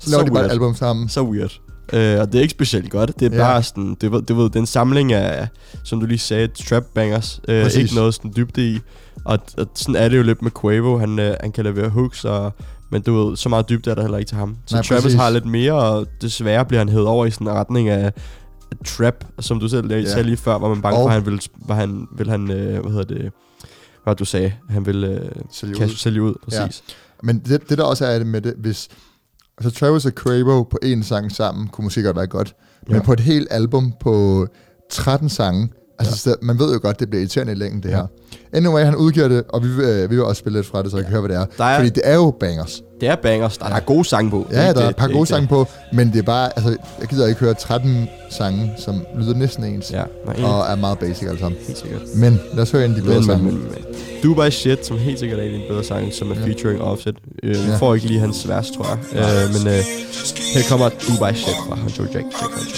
Så laver Så de bare et weird. album sammen. Så weird. Øh, og det er ikke specielt godt. Det er Ja. bare sådan, det, ved- det, ved, det er en samling af, som du lige sagde, trap bangers. Øh, Præcis. ikke noget sådan dybde i. Og, og sådan er det jo lidt med Quavo. Han, øh, han kan levere hooks, og, men du ved, så meget dybde er der heller ikke til ham. Så Nej, Travis præcis. har lidt mere, og desværre bliver han hævet over i sådan en retning af, af trap, som du selv Ja. sagde lige før, hvor man bange Og- for, at han vil, hvor han, vil han, øh, hvad hedder det, hvad du sagde, han vil øh, Sælge kaste- ud. sælge ud, præcis. Men det, det der også er det med det, hvis... Altså Travis og Quavo på en sang sammen, kunne måske godt være godt. Men Ja. på et helt album på tretten sange, altså ja. Man ved jo godt, det bliver irriterende i længden, det Ja. her. Anyway, han udgiver det, og vi vil, øh, vi vil også spille lidt fra det, så jeg kan høre, hvad det er. Der er- Fordi det er jo bangers. Det er bangers. Der, der er gode sange på. Det Ja, ikke der er det, et par det er gode ikke sange på, men det er bare, altså, jeg gider ikke høre tretten sange, som lyder næsten ens, det. Ja, nej, og er meget basic alle sammen. helt sikkert. Men lad os høre en af de bedre Men, sange. men, men, men. Dubai Shit, som helt sikkert er en af de bedre sange, som er Ja. featuring Offset. Øh, Ja. Vi får ikke lige hans vers, tror jeg. Øh, men øh, her kommer Dubai Shit fra Huncho Jack. Jack Huncho.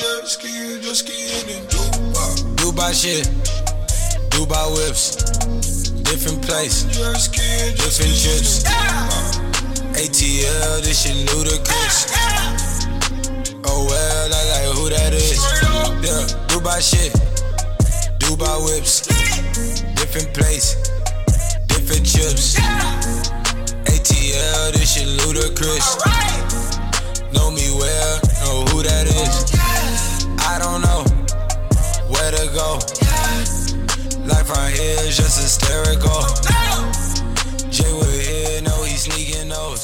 Dubai shit, Dubai whips, different place, different trips. A T L, this shit ludicrous. Oh well, I like who that is. Yeah, Dubai shit, Dubai whips, different place, different chips. A T L, this shit ludicrous. Know me well, know who that is. I don't know where to go. Life right here is just hysterical. Jay will here, know he's sneaking those.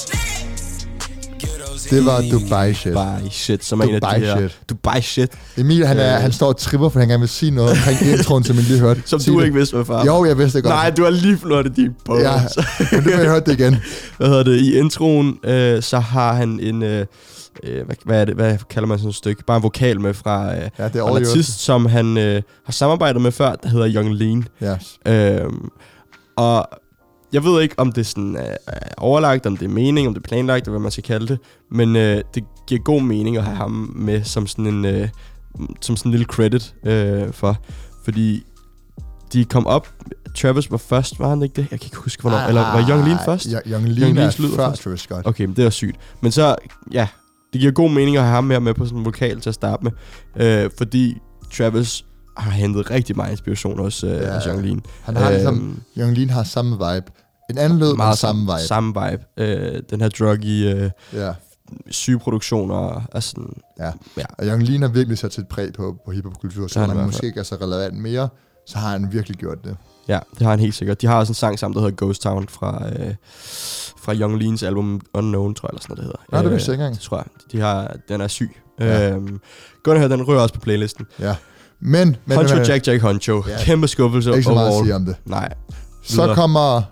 Det var Dubai Shit. Dubai Shit, som er en af Dubai de her... Shit. Dubai Shit. Emil, han, er, Øh. han står og tripper, for han gerne vil sige noget omkring introen, som I lige hørte. Som Sig du det. ikke vidste, hvad far. Jo, jeg vidste det godt. Nej, du har lige flottet de på. Ja, men det vil jeg høre det igen. Hvad hedder det? I introen, øh, så har han en... Øh, øh, hvad, hvad, er det, hvad kalder man sådan et stykke? Bare en vokal med fra, øh, Ja, det er fra en overlevet. artist, som han øh, har samarbejdet med før, der hedder Young Lean. Ja. Øhm, og jeg ved ikke, om det sådan er, er overlagt, om det er mening, om det er planlagt, eller hvad man skal kalde det. Men øh, det giver god mening at have ham med som sådan en, øh, som sådan en lille credit øh, for. Fordi de kom op. Travis var først, var han ikke det? Jeg kan ikke huske, hvornår. Eller var Young Lean først? Ja, Young Lean Leans er lyder før først. Travis Scott. Okay, men det var sygt. Men så, ja, det giver god mening at have ham her med på sådan en vokal til at starte med. Øh, fordi Travis har hentet rigtig meget inspiration hos, øh, Ja, hos Young Lean. Han har ligesom, Young Lean har samme vibe. En anden lyd, men samme vibe. Samme vibe. Øh, den her druggy, øh, Ja, sygeproduktioner er sådan... ja. Ja. Og Young Lean har virkelig sat sit præg på, på hiphop-kultur, Det så har han man i hvert måske fald. ikke er så relevant mere, så har han virkelig gjort det. Ja, det har han helt sikkert. De har også en sang sammen, der hedder Ghost Town fra, øh, fra Young Leans album Unknown, tror jeg, eller sådan noget, det hedder. Nej, det vidste jeg ikke engang. Det tror jeg. De har, den er syg. Ja. Øhm, gå ind og hør, den rører også på playlisten. Ja. Men, men Huncho men- Jack Jack Huncho. Ja. Kæmpe skuffelse ikke så meget at overall. sige om det. Nej, Så Videre. kommer...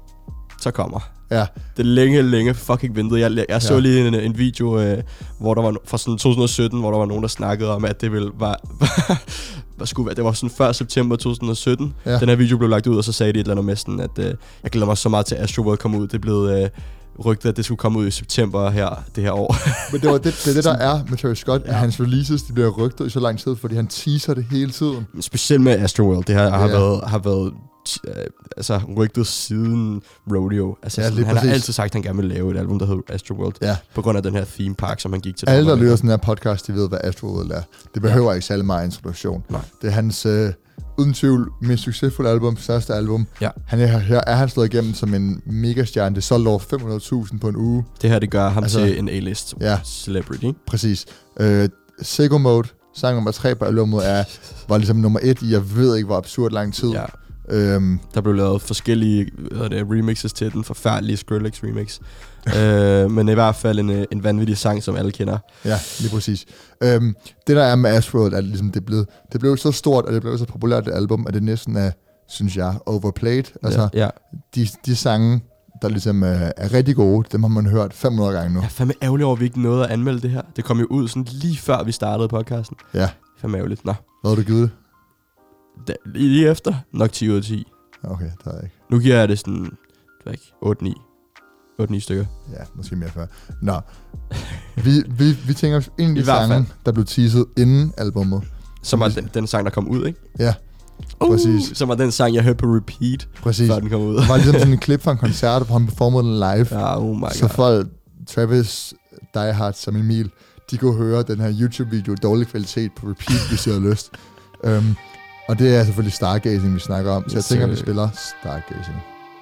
så kommer. Ja, Det er længe, længe fucking ventet. Jeg, jeg, jeg så Ja. lige en, en video, øh, hvor der var no- fra sådan to tusind og sytten, hvor der var nogen, der snakkede om, at det ville var, hvad skulle være, det var sådan før september to tusind og sytten. Ja. Den her video blev lagt ud, og så sagde de et eller andet med sådan, at øh, jeg glæder mig så meget til, at Astroworld kom ud. Det blev øh, rygtet, at det skulle komme ud i september her, det her år. men det, var det, det er det, der er med Travis Scott, ja. Ja. at hans releases de bliver rygtet i så lang tid, fordi han teaser det hele tiden. Specielt med Astroworld. Det her har Ja. været, har været øh, altså, rygtet siden Rodeo. Altså, Ja, sådan, lige han præcis. har altid sagt, at han gerne vil lave et album, der hedder Astroworld. Ja. På grund af den her theme park, som han gik til. Alle, der lytter sådan her podcast, de ved, hvad Astroworld er. Det behøver ja. ikke særlig meget introduktion. Nej. Det er hans, øh, uden tvivl, mest succesfulde album, største album. Ja. Han er, her er han slået igennem som en megastjerne. Det solgte over fem hundrede tusind på en uge. Det her, det gør ham Altså- altså, til en A-list Ja. celebrity. Præcis. Øh, Sicko Mode, sang nummer tre på albumet, er, var ligesom nummer et i, jeg ved ikke, hvor absurd lang tid. Ja. Øhm, Der blev lavet forskellige hvad hedder det, remixes til den. Forfærdelige Skrillex remix. øh, men i hvert fald en, øh, en vanvittig sang, som alle kender. ja, lige præcis. Øhm, det der er med Astroworld, er ligesom, det blev, det blev så stort, og det blev så populært et album, at det næsten er, synes jeg, overplayed. Altså, ja, ja. de, de sange, der ligesom øh, er rigtig gode, dem har man hørt fem hundrede gange nu. Jeg er fandme ærgerlig over, at vi ikke nåede at anmelde det her. Det kom jo ud sådan lige før vi startede podcasten. Ja. Fandme ærgerligt. Nå, Hvad har du givet det? da, lige efter. Nok ti ud af ti. Okay, det har jeg ikke. Nu giver jeg det sådan, hvad ikke, otte ni. otte ni stykker. Ja, måske mere før. Nå, vi, vi, vi tænker en af de I hvert sange, fald. der blev teaset inden albummet. Som var den, den sang, der kom ud, ikke? Ja, Uh, præcis. som var den sang, jeg hørte på repeat, præcis. før den kom ud. Det var ligesom sådan en klip fra en koncert, hvor han performede den live. Ja, oh my Så god. folk, Travis Die Hard som Emil, de kunne høre den her YouTube-video i dårlig kvalitet på repeat, hvis de havde lyst. Um, og det er selvfølgelig Stargazing, vi snakker om. Så jeg tænker, at vi spiller Stargazing.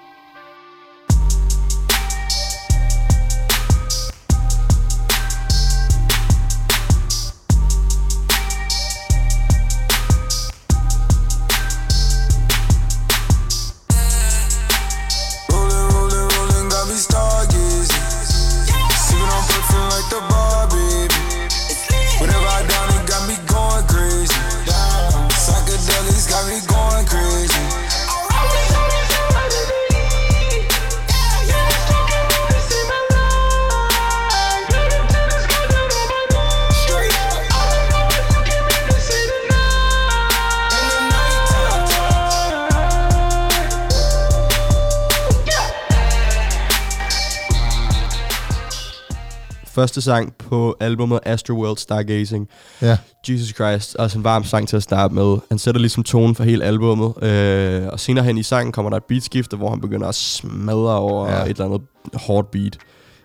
Første sang på albumet Astroworld Stargazing. Ja. Jesus Christ, også en varm sang til at starte med. Han sætter ligesom tonen for hele albumet. Øh, og senere hen i sangen kommer der et beatskifte, hvor han begynder at smadre over ja. et eller andet hårdt beat.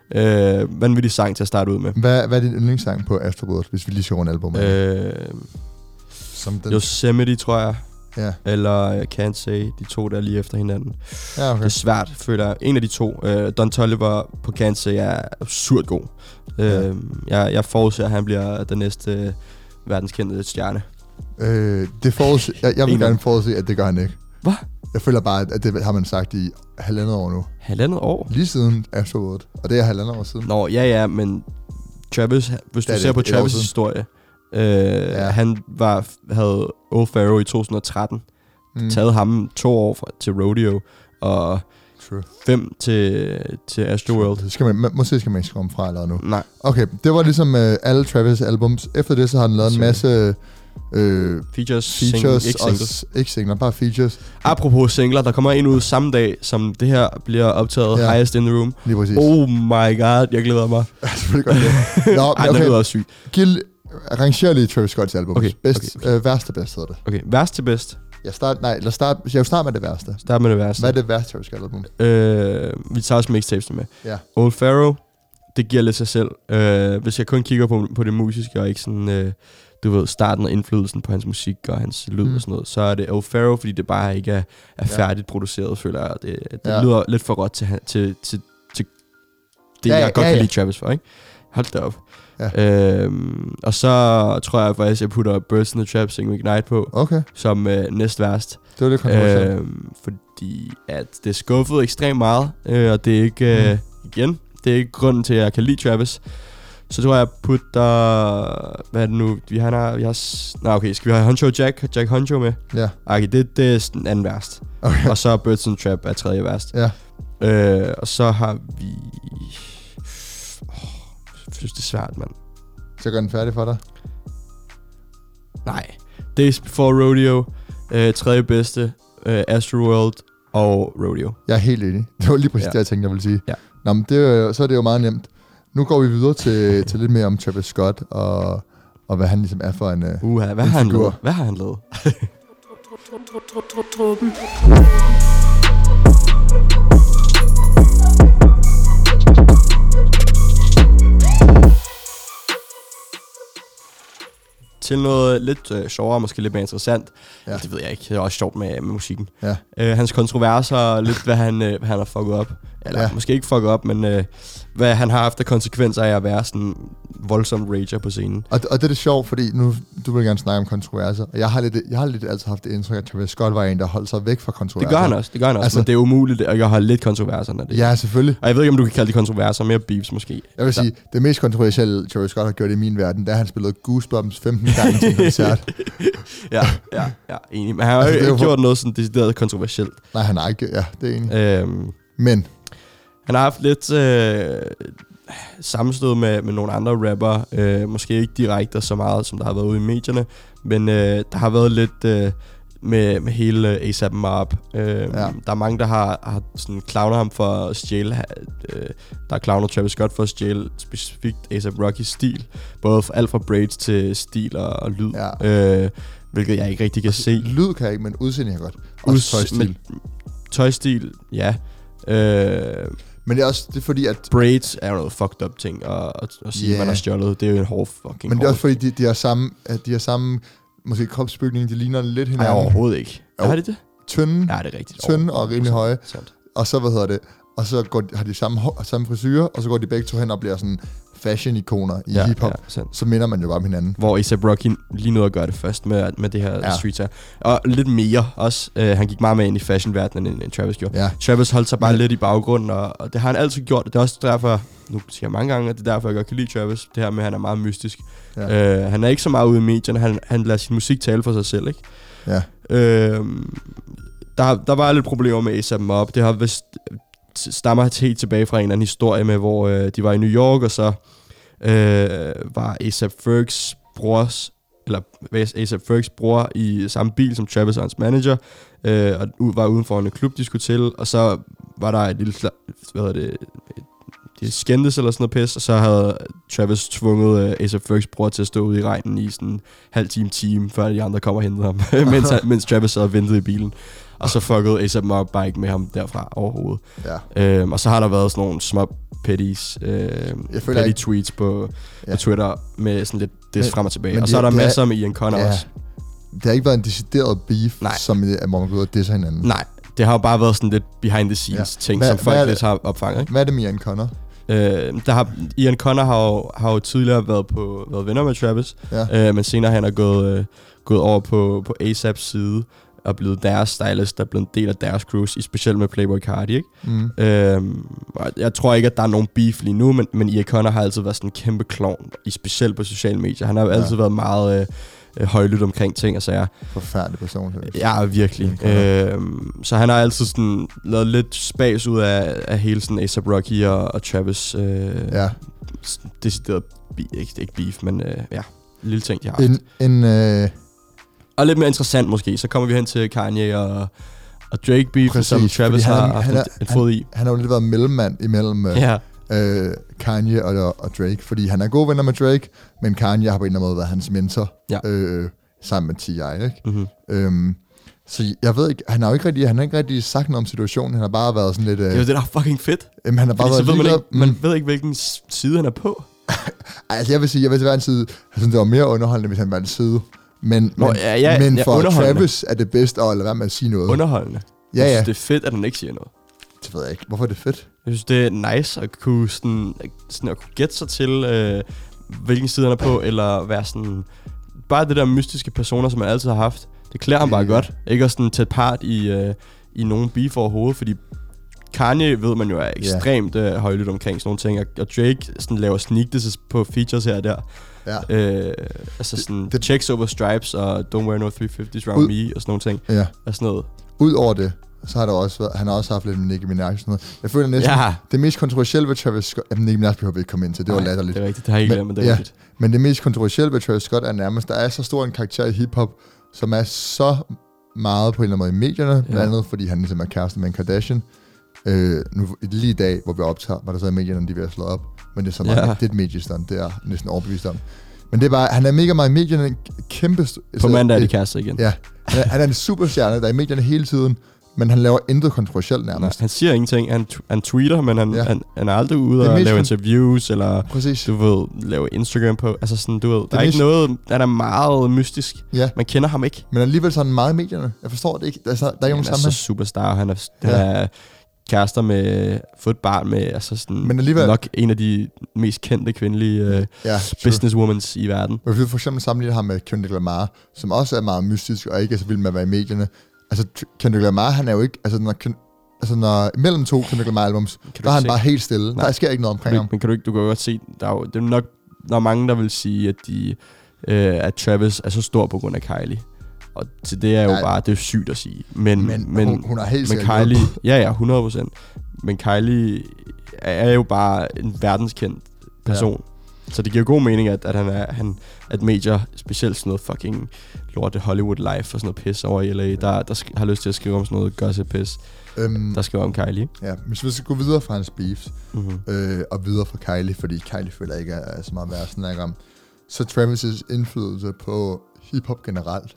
Øh, vanvittig sang til at starte ud med. Hvad, hvad er din yndlingssang på Astroworld, hvis vi lige ser rundt albumet? Øh, Som den... Yosemite, tror jeg. Ja. Eller Can't Say, de to der lige efter hinanden. Ja, okay. Det er svært, føler jeg. En af de to. Øh, Don Toliver på Can't Say er absurd god. Ja. Øh, jeg, jeg forudser, at han bliver den næste øh, verdenskendte stjerne. Øh, det forudse, jeg, jeg vil gerne forudse, at det gør han ikke. Hvad? Jeg føler bare, at det har man sagt i halvandet år nu. Halvandet år? Lige siden Astroworld. Og det er halvandet år siden. Nå, ja, ja, men Travis, hvis du det, ser på Travis' historie, øh, ja. han var, havde Old Pharaoh i to tusind og tretten. Mm. Taget ham to år fra, til Rodeo, og True. fem til, til Astroworld. Skal man, må, måske skal man ikke komme fra allerede nu. Nej. Okay, det var ligesom øh, alle Travis' albums. Efter det, så har han lavet en masse øh, features, features sing, ikke singles. Og, ikke singler, bare features. Apropos singler, der kommer en ud samme dag, som det her bliver optaget, ja. Highest in the Room. Lige præcis. Oh my god, jeg glæder mig. Selvfølgelig godt det. Nå, Ej, okay. det lyder sygt. Gil, arrangerer lige Travis Scott's album. Okay, Best, okay, okay. Øh, værste bedst hedder det. Okay, værst til bedst. Jeg start, nej, lad start, jeg vil starte med det værste. Start med det værste. Hvad er det værste Travis Scott album? Øh, vi tager også mixtapes med. Ja. Old Pharaoh, det giver lidt sig selv. Øh, hvis jeg kun kigger på, på det musiske, og ikke sådan, øh, du ved, starten og indflydelsen på hans musik og hans lyd mm. og sådan noget, så er det Old Pharaoh, fordi det bare ikke er, er færdigt ja. produceret, føler jeg. Det, det ja. lyder lidt for godt til, til, til, til det, ja, jeg ja, godt ja, kan ja. lide Travis for, ikke? Hold da op. Ja. Øhm, og så tror jeg faktisk, jeg putter Birds in the Trap, Sing Ignite på, okay. som øh, næst værst. Det var lidt kontroversielt. Øhm, fordi at det er skuffet ekstremt meget, øh, og det er ikke, øh, mm. igen, det er ikke grunden til, at jeg kan lide Travis. Så tror jeg, jeg putter, hvad er det nu, vi har, vi har, nej okay, skal vi have Honcho Jack, Jack Honcho med? Ja. Okay, det, det er den anden værst. Okay. Og så Birds in the Trap er tredje værst. Ja. Øh, og så har vi... Jeg synes, det er svært, mand. Så gør den færdig for dig? Nej. Days Before Rodeo, øh, tredje bedste, øh, Astroworld og Rodeo. Jeg er helt enig. Det var lige præcis ja. det, jeg tænkte, jeg ville sige. Ja. Nå, men det er, så er det jo meget nemt. Nu går vi videre til, til lidt mere om Travis Scott, og, og hvad han ligesom er for en uh, Uha, hvad, en har han lavet? Hvad har han lavet? Til noget lidt øh, sjovere, måske lidt mere interessant. Ja. Det ved jeg ikke. Det er også sjovt med, med musikken. Ja. Øh, hans kontroverser, lidt hvad han, øh, hvad han har fucket op. Eller ja. måske ikke fucket op, men øh, hvad han har haft af konsekvenser af at være sådan voldsom rager på scenen. Og, og det er det sjovt, fordi nu du vil gerne snakke om kontroverser. Og jeg har lidt, jeg har lidt altid haft det indtryk, at Travis Scott var en, der holdt sig væk fra kontroverser. Det gør han også, det gør han også. Altså, men det er umuligt, at jeg har lidt kontroverser, når det ja, selvfølgelig. Og jeg ved ikke, om du kan kalde det kontroverser, mere beefs måske. Jeg vil så. sige, det mest kontroversielle, Travis Scott har gjort i min verden, da han spillede Goosebumps femten gange til en koncert. ja, ja, ja, enig. Men han har altså, jo ikke for... gjort noget sådan decideret kontroversielt. Nej, han har ikke, ja, det er enig. Øhm, men... Han har haft lidt øh, sammenstød med, med nogle andre rapper. Øh, måske ikke direkte så meget, som der har været ude i medierne. Men øh, der har været lidt øh, med, med hele A S A P Mob. Øh, ja. Der er mange, der har, har sådan clowner ham for at stjæle. Øh, der er clowner Travis Scott for at stjæle specifikt A S A P Rockys stil. Både for, alt fra braids til stil og, og lyd. Ja. Øh, hvilket jeg ikke rigtig kan altså, se. Lyd kan jeg ikke, men udseende jeg godt. Også Uds- tøjstil. Tøjstil, ja. Øh, Men det er også det er fordi, at... Braids er jo noget fucked up ting at, at, at sige, yeah. man har stjålet. Det er jo en hård fucking Men det er også fordi, de, de har samme, at de har samme måske kropsbygning, de ligner lidt hinanden. Nej, overhovedet ikke. Jo. Har de det? Tynde, ja, det er rigtigt. tynde og rimelig høje. Og så, hvad hedder det, og så går, har de samme, samme frisyrer, og så går de begge to hen og bliver sådan fashion-ikoner i ja, hiphop. Ja, så minder man jo bare om hinanden. Hvor A$AP Rocky lige nåede at gøre det først med, med det her ja. street her. Og lidt mere også. Uh, han gik meget mere ind i fashion-verdenen, end, end Travis gjorde. Ja. Travis holdt sig bare ja. lidt i baggrunden, og, og det har han altid gjort. Det er også derfor, nu siger jeg mange gange, at det er derfor, jeg godt kan lide Travis. Det her med, at han er meget mystisk. Ja. Uh, han er ikke så meget ude i medierne. Han, han lader sin musik tale for sig selv, ikke? Ja. Uh, der, der var lidt problemer med A$AP Mob. Det har vist... stammer helt tilbage fra en eller anden historie med, hvor øh, de var i New York, og så øh, var A$AP Fergs brors, eller A$AP Fergs bror i samme bil som Travis og hans manager, øh, og u- var uden for en klub, de skulle til, og så var der et lille, hvad hedder det, de skændtes eller sådan noget pis, og så havde Travis tvunget øh, A$AP Fergs bror til at stå ude i regnen i sådan en halv time, time, før de andre kom og hentede ham, mens, han, mens Travis sad og ventede i bilen. Og så fuckede A$AP Mob bare ikke med ham derfra overhovedet. Ja. Øhm, og så har der været sådan nogle små petties, øh, petty ikke. tweets på, ja. på Twitter med sådan lidt diss frem og tilbage. Men og så er der masser er, med Ian Connor ja. også. Det har ikke været en decideret beef, Nej. som at man går ud og disser hinanden. Nej, det har jo bare været sådan lidt behind the scenes ja. ting, hvad, som folk lidt har opfanget. Ikke? Hvad er det med Ian Connor? Øh, der har, Ian Connor har jo, har jo tidligere været, på, været venner med Travis, ja. øh, men senere han er gået, øh, gået over på, på A$AP's side, og blevet deres stylist, der er blevet en del af deres crews, specielt med Playboi Carti, ikke? Mm. Øhm, jeg tror ikke, at der er nogen beef lige nu, men, men Ian Connor har altid været sådan en kæmpe klovn, specielt på sociale medier. Han har ja. altid været meget øh, højlydt omkring ting og sager. Forfærdelig person. Ja, virkelig. Øhm, så han har altid sådan lavet lidt spas ud af, af hele sådan A$AP Rocky og, og Travis. Øh, ja. Decideret, ikke, ikke beef, men øh, ja, lille ting, de har haft. En... en øh Og lidt mere interessant måske, så kommer vi hen til Kanye og, og Drake beef, Præcis, som Travis han, har haft han er, en fod i. Han har jo lidt været mellemmand imellem ja. øh, Kanye og, og Drake, fordi han er gode venner med Drake, men Kanye har på en eller anden måde været hans mentor, ja. øh, sammen med T I, ikke? Mm-hmm. Øhm, så jeg ved ikke, han har jo ikke rigtig, han har ikke rigtig sagt noget om situationen, han har bare været sådan lidt... Øh, det er jo det, der er fucking fedt. Jamen, han har bare fordi været så ved man, ikke, man mm. ved ikke, hvilken side han er på. Altså, jeg vil sige, jeg vil til hver en side, jeg synes, det var mere underholdende, hvis han var en side. Men, Nå, men, ja, ja, men ja, for Travis er det bedst at lade være med at sige noget. Underholdende? Ja, ja. Jeg synes, det er fedt, at han ikke siger noget. Det ved jeg ikke. Hvorfor er det fedt? Jeg synes, det er nice at kunne, sådan, sådan at kunne gætte sig til, øh, hvilken side han er på, eller være sådan... Bare det der mystiske personer, som man altid har haft. Det klæder ham bare ja. godt. Ikke at sådan tage part i, øh, i nogen beef overhovedet, fordi Kanye ved man jo er ekstremt yeah. øh, højlydt omkring sådan nogle ting, og, og Drake sådan laver sneak disses på features her og der. Ja. Øh, altså sådan det, det, checks over stripes og don't wear no three fifties around ud, me og sådan nogle ting. Ja. Og sådan noget. Udover det, så har der også været, han har også haft lidt med Nicki Minaj og sådan noget. Jeg føler næsten, ja. det mest kontroversielle ved Travis Scott, jamen Nicki Minaj behøver vi ikke komme ind til, det var latterligt. Det er rigtigt, det har jeg ikke glemt, men det er ja, rigtigt. Men det mest kontroversielle ved Travis Scott er nærmest, der er så stor en karakter i hiphop, som er så meget på en eller anden måde i medierne, ja. blandt andet fordi han ligesom er kæreste med en Kardashian. Øh, nu, lige i dag, hvor vi optager, var der så i medierne, de vil have slået op, men det er så meget, ja. det er et mediestand, det er næsten overbevist om. Men det er bare, han er mega meget i medierne, en kæmpe... På mandag er de kærester igen. Ja, han er, han er en superstjerne, der er i medierne hele tiden, men han laver intet kontroversielt nærmest. Nej, han siger ingenting, han, t- han tweeter, men han, ja. han, han er aldrig ude og lave interviews, eller Præcis. du ved, lave Instagram på, altså sådan, du ved, det der er ikke noget, han er meget mystisk, ja. man kender ham ikke. Men alligevel sådan meget i medierne, jeg forstår det ikke, altså, der er ikke nogen sammenhæng. Han er så superstar, han er... Ja. Han er kærester med, fået et barn med, altså sådan, men alligevel, nok en af de mest kendte kvindelige uh, ja, businesswomans i verden. Men hvis vi for eksempel sammenligner ham med Kendrick Lamar, som også er meget mystisk, og ikke er så vild med at være i medierne. Altså, Kendrick Lamar, han er jo ikke, altså når, altså, når mellem to Kendrick Lamar albums, der er han se? bare helt stille. Nej. Der sker ikke noget omkring ham. Men kan du ikke, du kan jo godt se, der er jo, det er nok, der er mange, der vil sige, at, de, øh, at Travis er så stor på grund af Kylie. Og til det er jo ja, bare, det er sygt at sige. Men, men, men hun, hun er helt men Kylie, ja ja, hundrede procent. Men Kylie er jo bare en verdenskendt person. Ja. Så det giver god mening, at, at han er, han, at medier, specielt sådan noget fucking lorte Hollywood life og sådan noget pis over i L A, der, der sk- har lyst til at skrive om sådan noget gossip pis, øhm, der skriver om Kylie. Ja, hvis vi skal gå videre fra hans beefs, mm-hmm. øh, og videre fra Kylie, fordi Kylie føler ikke er så meget værd at snakke om, så Travis' indflydelse på hiphop generelt.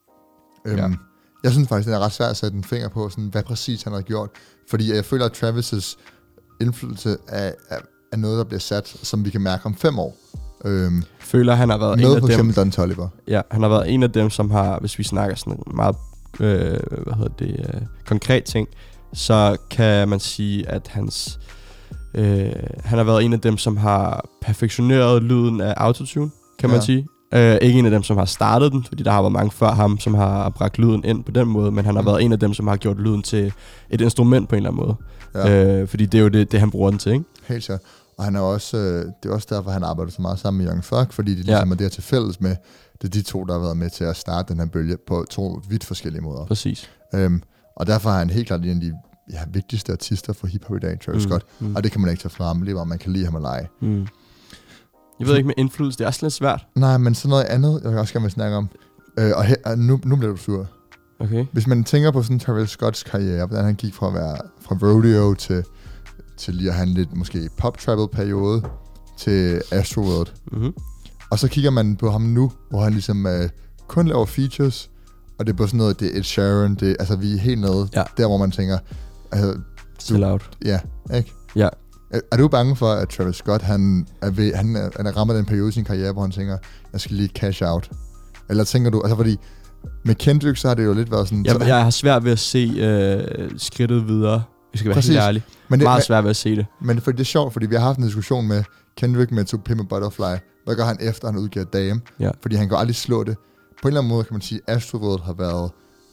Øhm, ja. Jeg synes faktisk, det er ret svært at sætte en finger på, sådan, hvad præcis han har gjort. Fordi jeg føler, at Travis' indflydelse af, af, af noget, der bliver sat, som vi kan mærke om fem år. Øhm, Føler, han har været noget en af for dem... eksempel Don Toliver. Ja, han har været en af dem, som har, hvis vi snakker sådan en meget øh, hvad hedder det, øh, konkret ting, så kan man sige, at hans... Øh, han har været en af dem, som har perfektioneret lyden af autotune, kan man Ja. sige. Øh, ikke en af dem, som har startet den, fordi der har været mange før ham, som har bragt lyden ind på den måde, men han har Mm. været en af dem, som har gjort lyden til et instrument på en eller anden måde. Ja. Øh, fordi det er jo det, det, han bruger den til, ikke? Helt sikkert. Og han er også, øh, det er også derfor, han arbejder så meget sammen med Young Thug, fordi det ligesom Ja. er det her til fælles med, det er de to, der har været med til at starte den her bølge på to vidt forskellige måder. Præcis. Øhm, og derfor er han helt klart en af de ja, vigtigste artister for hiphop i dag, Travis Mm, Scott. mm. Og det kan man ikke tage fra ham, lige hvor man kan lide ham og lege. Mm. Jeg ved ikke med indflydelse, det er også lidt svært. Nej, men sådan noget andet, jeg også gerne vil snakke om. Øh, og, her, og nu, nu bliver du sur. Okay. Hvis man tænker på sådan Travis Scotts karriere, hvordan han gik fra at være fra rodeo til, til lige at have en lidt måske pop-travel-periode til Astroworld. Mm-hmm. Og så kigger man på ham nu, hvor han ligesom øh, kun laver features, og det er på sådan noget, det er Ed Sheeran, det, altså vi er helt nede, Ja. der hvor man tænker, altså, Chill out. ja, ikke? Ja. Er, er du bange for, at Travis Scott, han er, ved, han er, han er rammer den periode i sin karriere, hvor han tænker, jeg skal lige cash out? Eller tænker du, altså fordi med Kendrick, så har det jo lidt været sådan... Jeg, så, jeg har svært ved at se øh, skridtet videre. Vi skal være Præcis. helt ærlige. men det, Meget men, svært ved at se det. men for det er sjovt, fordi vi har haft en diskussion med Kendrick med To Pimp a Butterfly. Hvad gør han efter, han udgiver Dame? Ja. Fordi han kan aldrig slå det. På en eller anden måde kan man sige, at Astroworld har været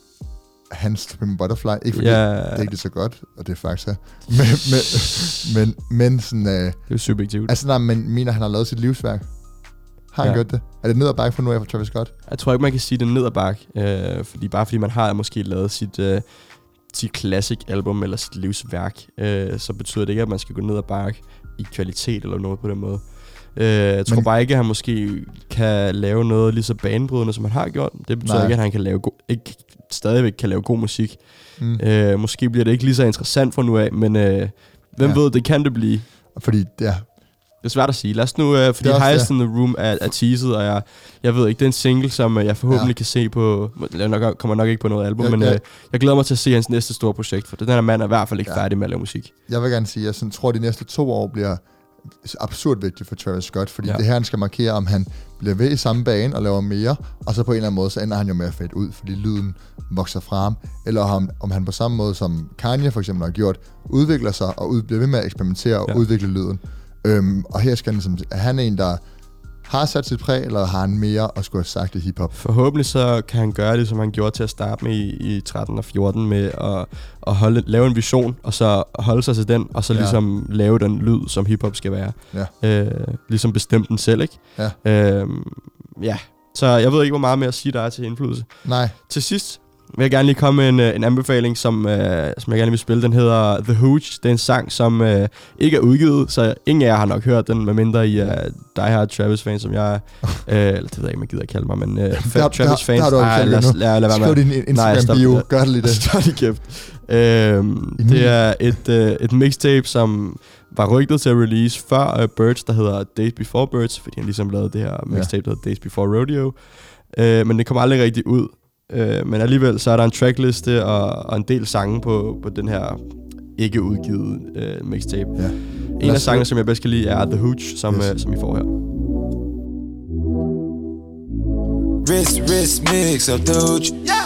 hans To Pimp a Butterfly. Ikke fordi Ja. det er ikke det så godt, og det er faktisk er. Men, men, men, men sådan... Øh, Det er jo subjektivt. altså, nej, men mener, han har lavet sit livsværk. Har han Ja. gjort det? Er det ned ad bakke for nu af for Travis Scott? Jeg tror ikke, man kan sige det ned ad bakke. Øh, fordi bare fordi man har måske lavet sit, øh, sit classic album eller sit livsværk, øh, så betyder det ikke, at man skal gå ned ad bakke i kvalitet eller noget på den måde. Øh, jeg tror Men- bare ikke, at han måske kan lave noget lige så banebrydende, som han har gjort. Det betyder Nej. ikke, at han kan lave go- ikke, stadigvæk kan lave god musik. Mm. Øh, måske bliver det ikke lige så interessant fra nu af, men øh, hvem Ja. ved, det kan det blive. Fordi, ja, Det er svært at sige. Lad os nu, øh, fordi også- Highest in the Room er, er teaset, og jeg, jeg ved ikke, det er en single, som øh, jeg forhåbentlig Ja. kan se på, jeg nok, kommer nok ikke på noget album, Ja, men ja. øh, jeg glæder mig til at se hans næste store projekt, for den her mand er i hvert fald ikke Ja. færdig med at lave musik. jeg vil gerne sige, at jeg sådan, tror, at de næste to år bliver absurd vigtigt for Travis Scott, fordi Ja. ja. det her, han skal markere, om han bliver ved i samme bane og laver mere, og så på en eller anden måde, så ender han jo med at fade ud, fordi lyden vokser fra ham, eller om, om han på samme måde, som Kanye for eksempel har gjort, udvikler sig og ud, bliver ved med at eksperimentere og Ja. udvikle lyden. Øhm, og her skal han ligesom, er han en, der har sat sit præg, eller har han mere at skulle have sagt i hiphop? Forhåbentlig så kan han gøre det, som han gjorde til at starte med i, i tretten og fjorten, med at, at holde, lave en vision, og så holde sig til den, og så Ja. ligesom lave den lyd, som hiphop skal være. Ja. Øh, ligesom bestemme den selv, ikke? Ja. Øh, ja. Så jeg ved ikke, hvor meget mere at sige, der er til indflydelse. Nej. Til sidst vil jeg gerne lige komme med en, øh, en anbefaling, som, øh, som jeg gerne vil spille. Den hedder The Hooch. Det er en sang, som øh, ikke er udgivet, så ingen af jer har nok hørt den, medmindre I er Die Hard Travis-fans, som jeg er. øh, eller det ved jeg ikke, man gider at kalde mig, men øh, der- Travis-fans. der har du Ej, selv lad, os- nu. lad, lad være Skriv med. din Nej, stop Instagram-bio, det. gør det lige det. Stop lige kæft. Øhm, det er et, øh, et mixtape, som var rygtet til at release før uh, Birds, der hedder Days Before Birds, fordi han ligesom lavede det her mixtape, der hedder Days Before Rodeo. Øh, men det kom aldrig rigtig ud. Øh, men alligevel så er der en trackliste og, og en del sange på, på den her ikke udgivet øh, mixtape. Ja. En af sangene, som jeg bedst kan lide, er The Hooch, som, Yes. øh, som I får her. Wrist, wrist, mix of Doge. Yeah.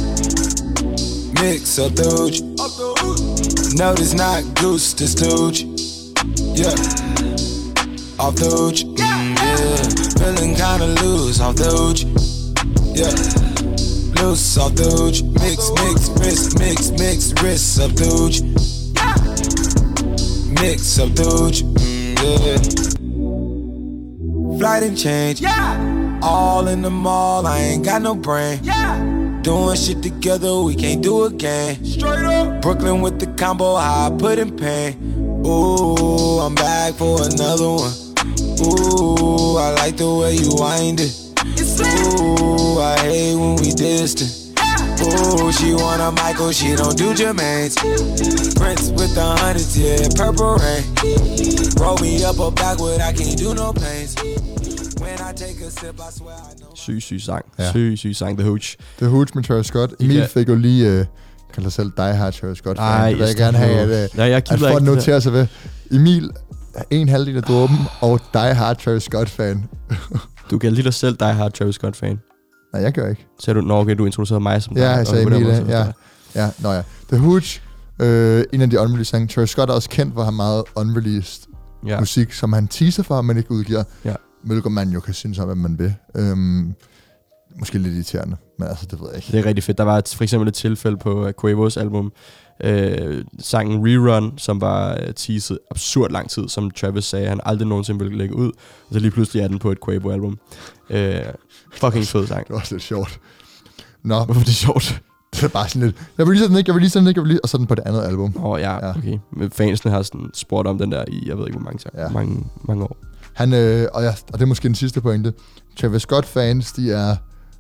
Mix of Doge. No, it's not Goose, this Doge. Yeah. Off Doge. Mm, yeah. Feeling kinda loose off Doge. Yeah. Loose off Doge. Mix, mix, wrist, mix, mix, wrist of Doge. Mix of Doge. Mm, yeah. Flight and change. Yeah. All in the mall, I ain't got no brain. Yeah. Doing shit together, we can't do it again. Straight up. Brooklyn with the combo, how I put in pain. Ooh, I'm back for another one. Ooh, I like the way you wind it. Ooh, I hate when we distant. Ooh, she want a Michael, she don't do Jermaine's. Prince with the hundreds, yeah, purple rain. Roll me up or backward, I can't do no pains. When I take a sip, I swear I know. Syg, syg sang. Ja. Syg, syg sang, The Hooch. The Hooch med Travis Scott. Emil Ja. fik jo lige... Øh, kalder sig selv Die Hard Travis Scott fan. Ej, det vil jeg gerne have, at, Nej, jeg at gider folk ikke det noterer sig ved. Emil, en halvdel af dråben, og Die Hard Travis Scott fan. Du kan lige dig selv Die Hard Travis Scott fan. Nej, jeg gør ikke. Så du, nå okay, du introducerede mig som Ja, dig. jeg sagde Okay, på den Emil, måde, så ja. forstår Ja, nå ja. The Hooch, øh, en af de unreleased sange. Travis Scott er også kendt for at have meget unreleased jeg. ja. Ja. musik, som han teaser for, men ikke udgiver. Ja. Hvilket man jo kan synes om, hvad man vil. Øhm, måske lidt irriterende, men altså, det ved jeg ikke. Det er rigtig fedt. Der var et, for eksempel et tilfælde på Quavos album, øh, sangen Rerun, som var uh, teaset absurd lang tid, som Travis sagde, han aldrig nogensinde ville lægge ud. Og så lige pludselig er den på et Quavo-album. Øh, fucking fed sang. Det var også lidt sjovt. Nå, Hvorfor er det sjovt? det er bare sådan lidt, jeg vil lige sådan ikke, jeg vil lige sådan ikke, jeg vil lige, og så den på det andet album. Åh oh, ja, Ja. okay. Men fansene har sådan spurgt om den der i, jeg ved ikke hvor mange, Ja. ja. mange, mange år. Han, øh, og, ja, og det er måske den sidste pointe. Travis Scott fans, de er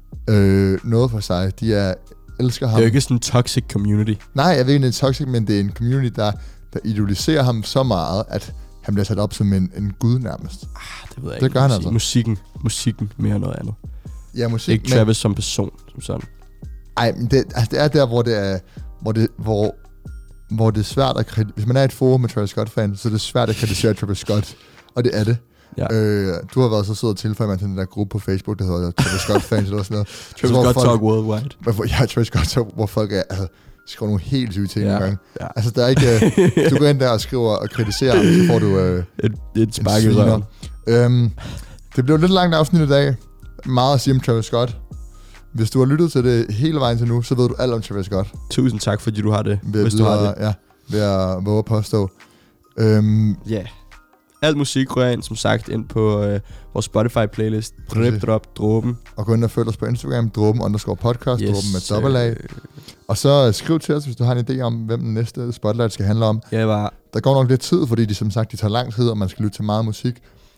øh, noget for sig. De er, elsker ham. Det er jo ikke sådan en toxic community. Nej, jeg ved ikke, det er toxic, men det er en community, der, der idoliserer ham så meget, at han bliver sat op som en, en gud nærmest. Ah, det ved jeg Det ikke. gør han Musik- altså. Musikken, musikken mere end noget andet. Ja, musik, Ikke Travis som person, som sådan. Ej, men det, altså, det er der, hvor det er, hvor det, hvor, hvor det er svært at kritisere. Hvis man er i et forum med Travis Scott-fans, så er det svært at kritisere Travis Scott. Og det er det. Ja. Øh, du har været så sød og tilføje mig til den der gruppe på Facebook, der hedder Travis Scott-fans eller sådan noget. Travis Hvor Scott folk- Talk Worldwide. Hvor, ja, Travis Scott Talk, hvor folk er, altså, skriver nogle helt syge ting Ja. ja. gange. Ja. Altså, der er ikke... øh, du går ind der og skriver og kritiserer ham, så får du øh, Et, et spark i sviner. røven. Øhm, det blev lidt langt afsnit i dag. Meget at sige om Travis Scott. Hvis du har lyttet til det hele vejen til nu, så ved du alt om Travis Scott. Tusind tak, fordi du har det. Ved at Hvis du har videre- det. Ja, ved at våge at påstå. Øhm, Ja. Yeah. Alt musik rører ind, som sagt, ind på øh, vores Spotify-playlist. Præcis. Drip, drop, dråben. og gå ind og følg os på Instagram, dråben underscore podcast, yes, dråben med dobbelt A. øh, Og så skriv til os, hvis du har en idé om, hvem den næste spotlight skal handle om. Jeg var... Der går nok lidt tid, fordi de som sagt, de tager lang tid, og man skal lytte til meget musik.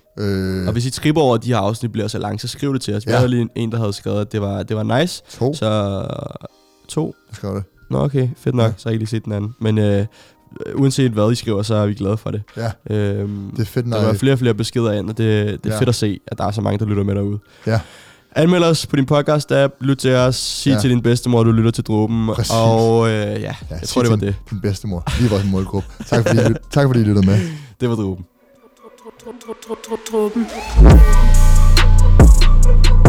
Øh, Og hvis I tripper over, at de her afsnit bliver så langt, så skriv det til os. Vi Ja. havde lige en, en, der havde skrevet, at det var, det var nice. to, så Så to. jeg skrev det. Nå okay, fedt nok. Ja. Så har I lige set den anden. Men øh, uanset hvad I skriver, så er vi glade for det. Ja, Øhm, det er fedt, når der var jeg, flere og flere beskeder ind, og det, det er Ja. fedt at se, at der er så mange, der lytter med derude. Ja. Anmeld os på din podcast-app, lyt til os, sig Ja. ja. til din bedstemor, du lytter til dråben, Præcis. og øh, ja, ja, jeg sig tror, det var til det. din bedstemor. Lige vores målgruppe. Tak fordi, I lyt- tak fordi I lyttede med. Det var dråben. Truppen.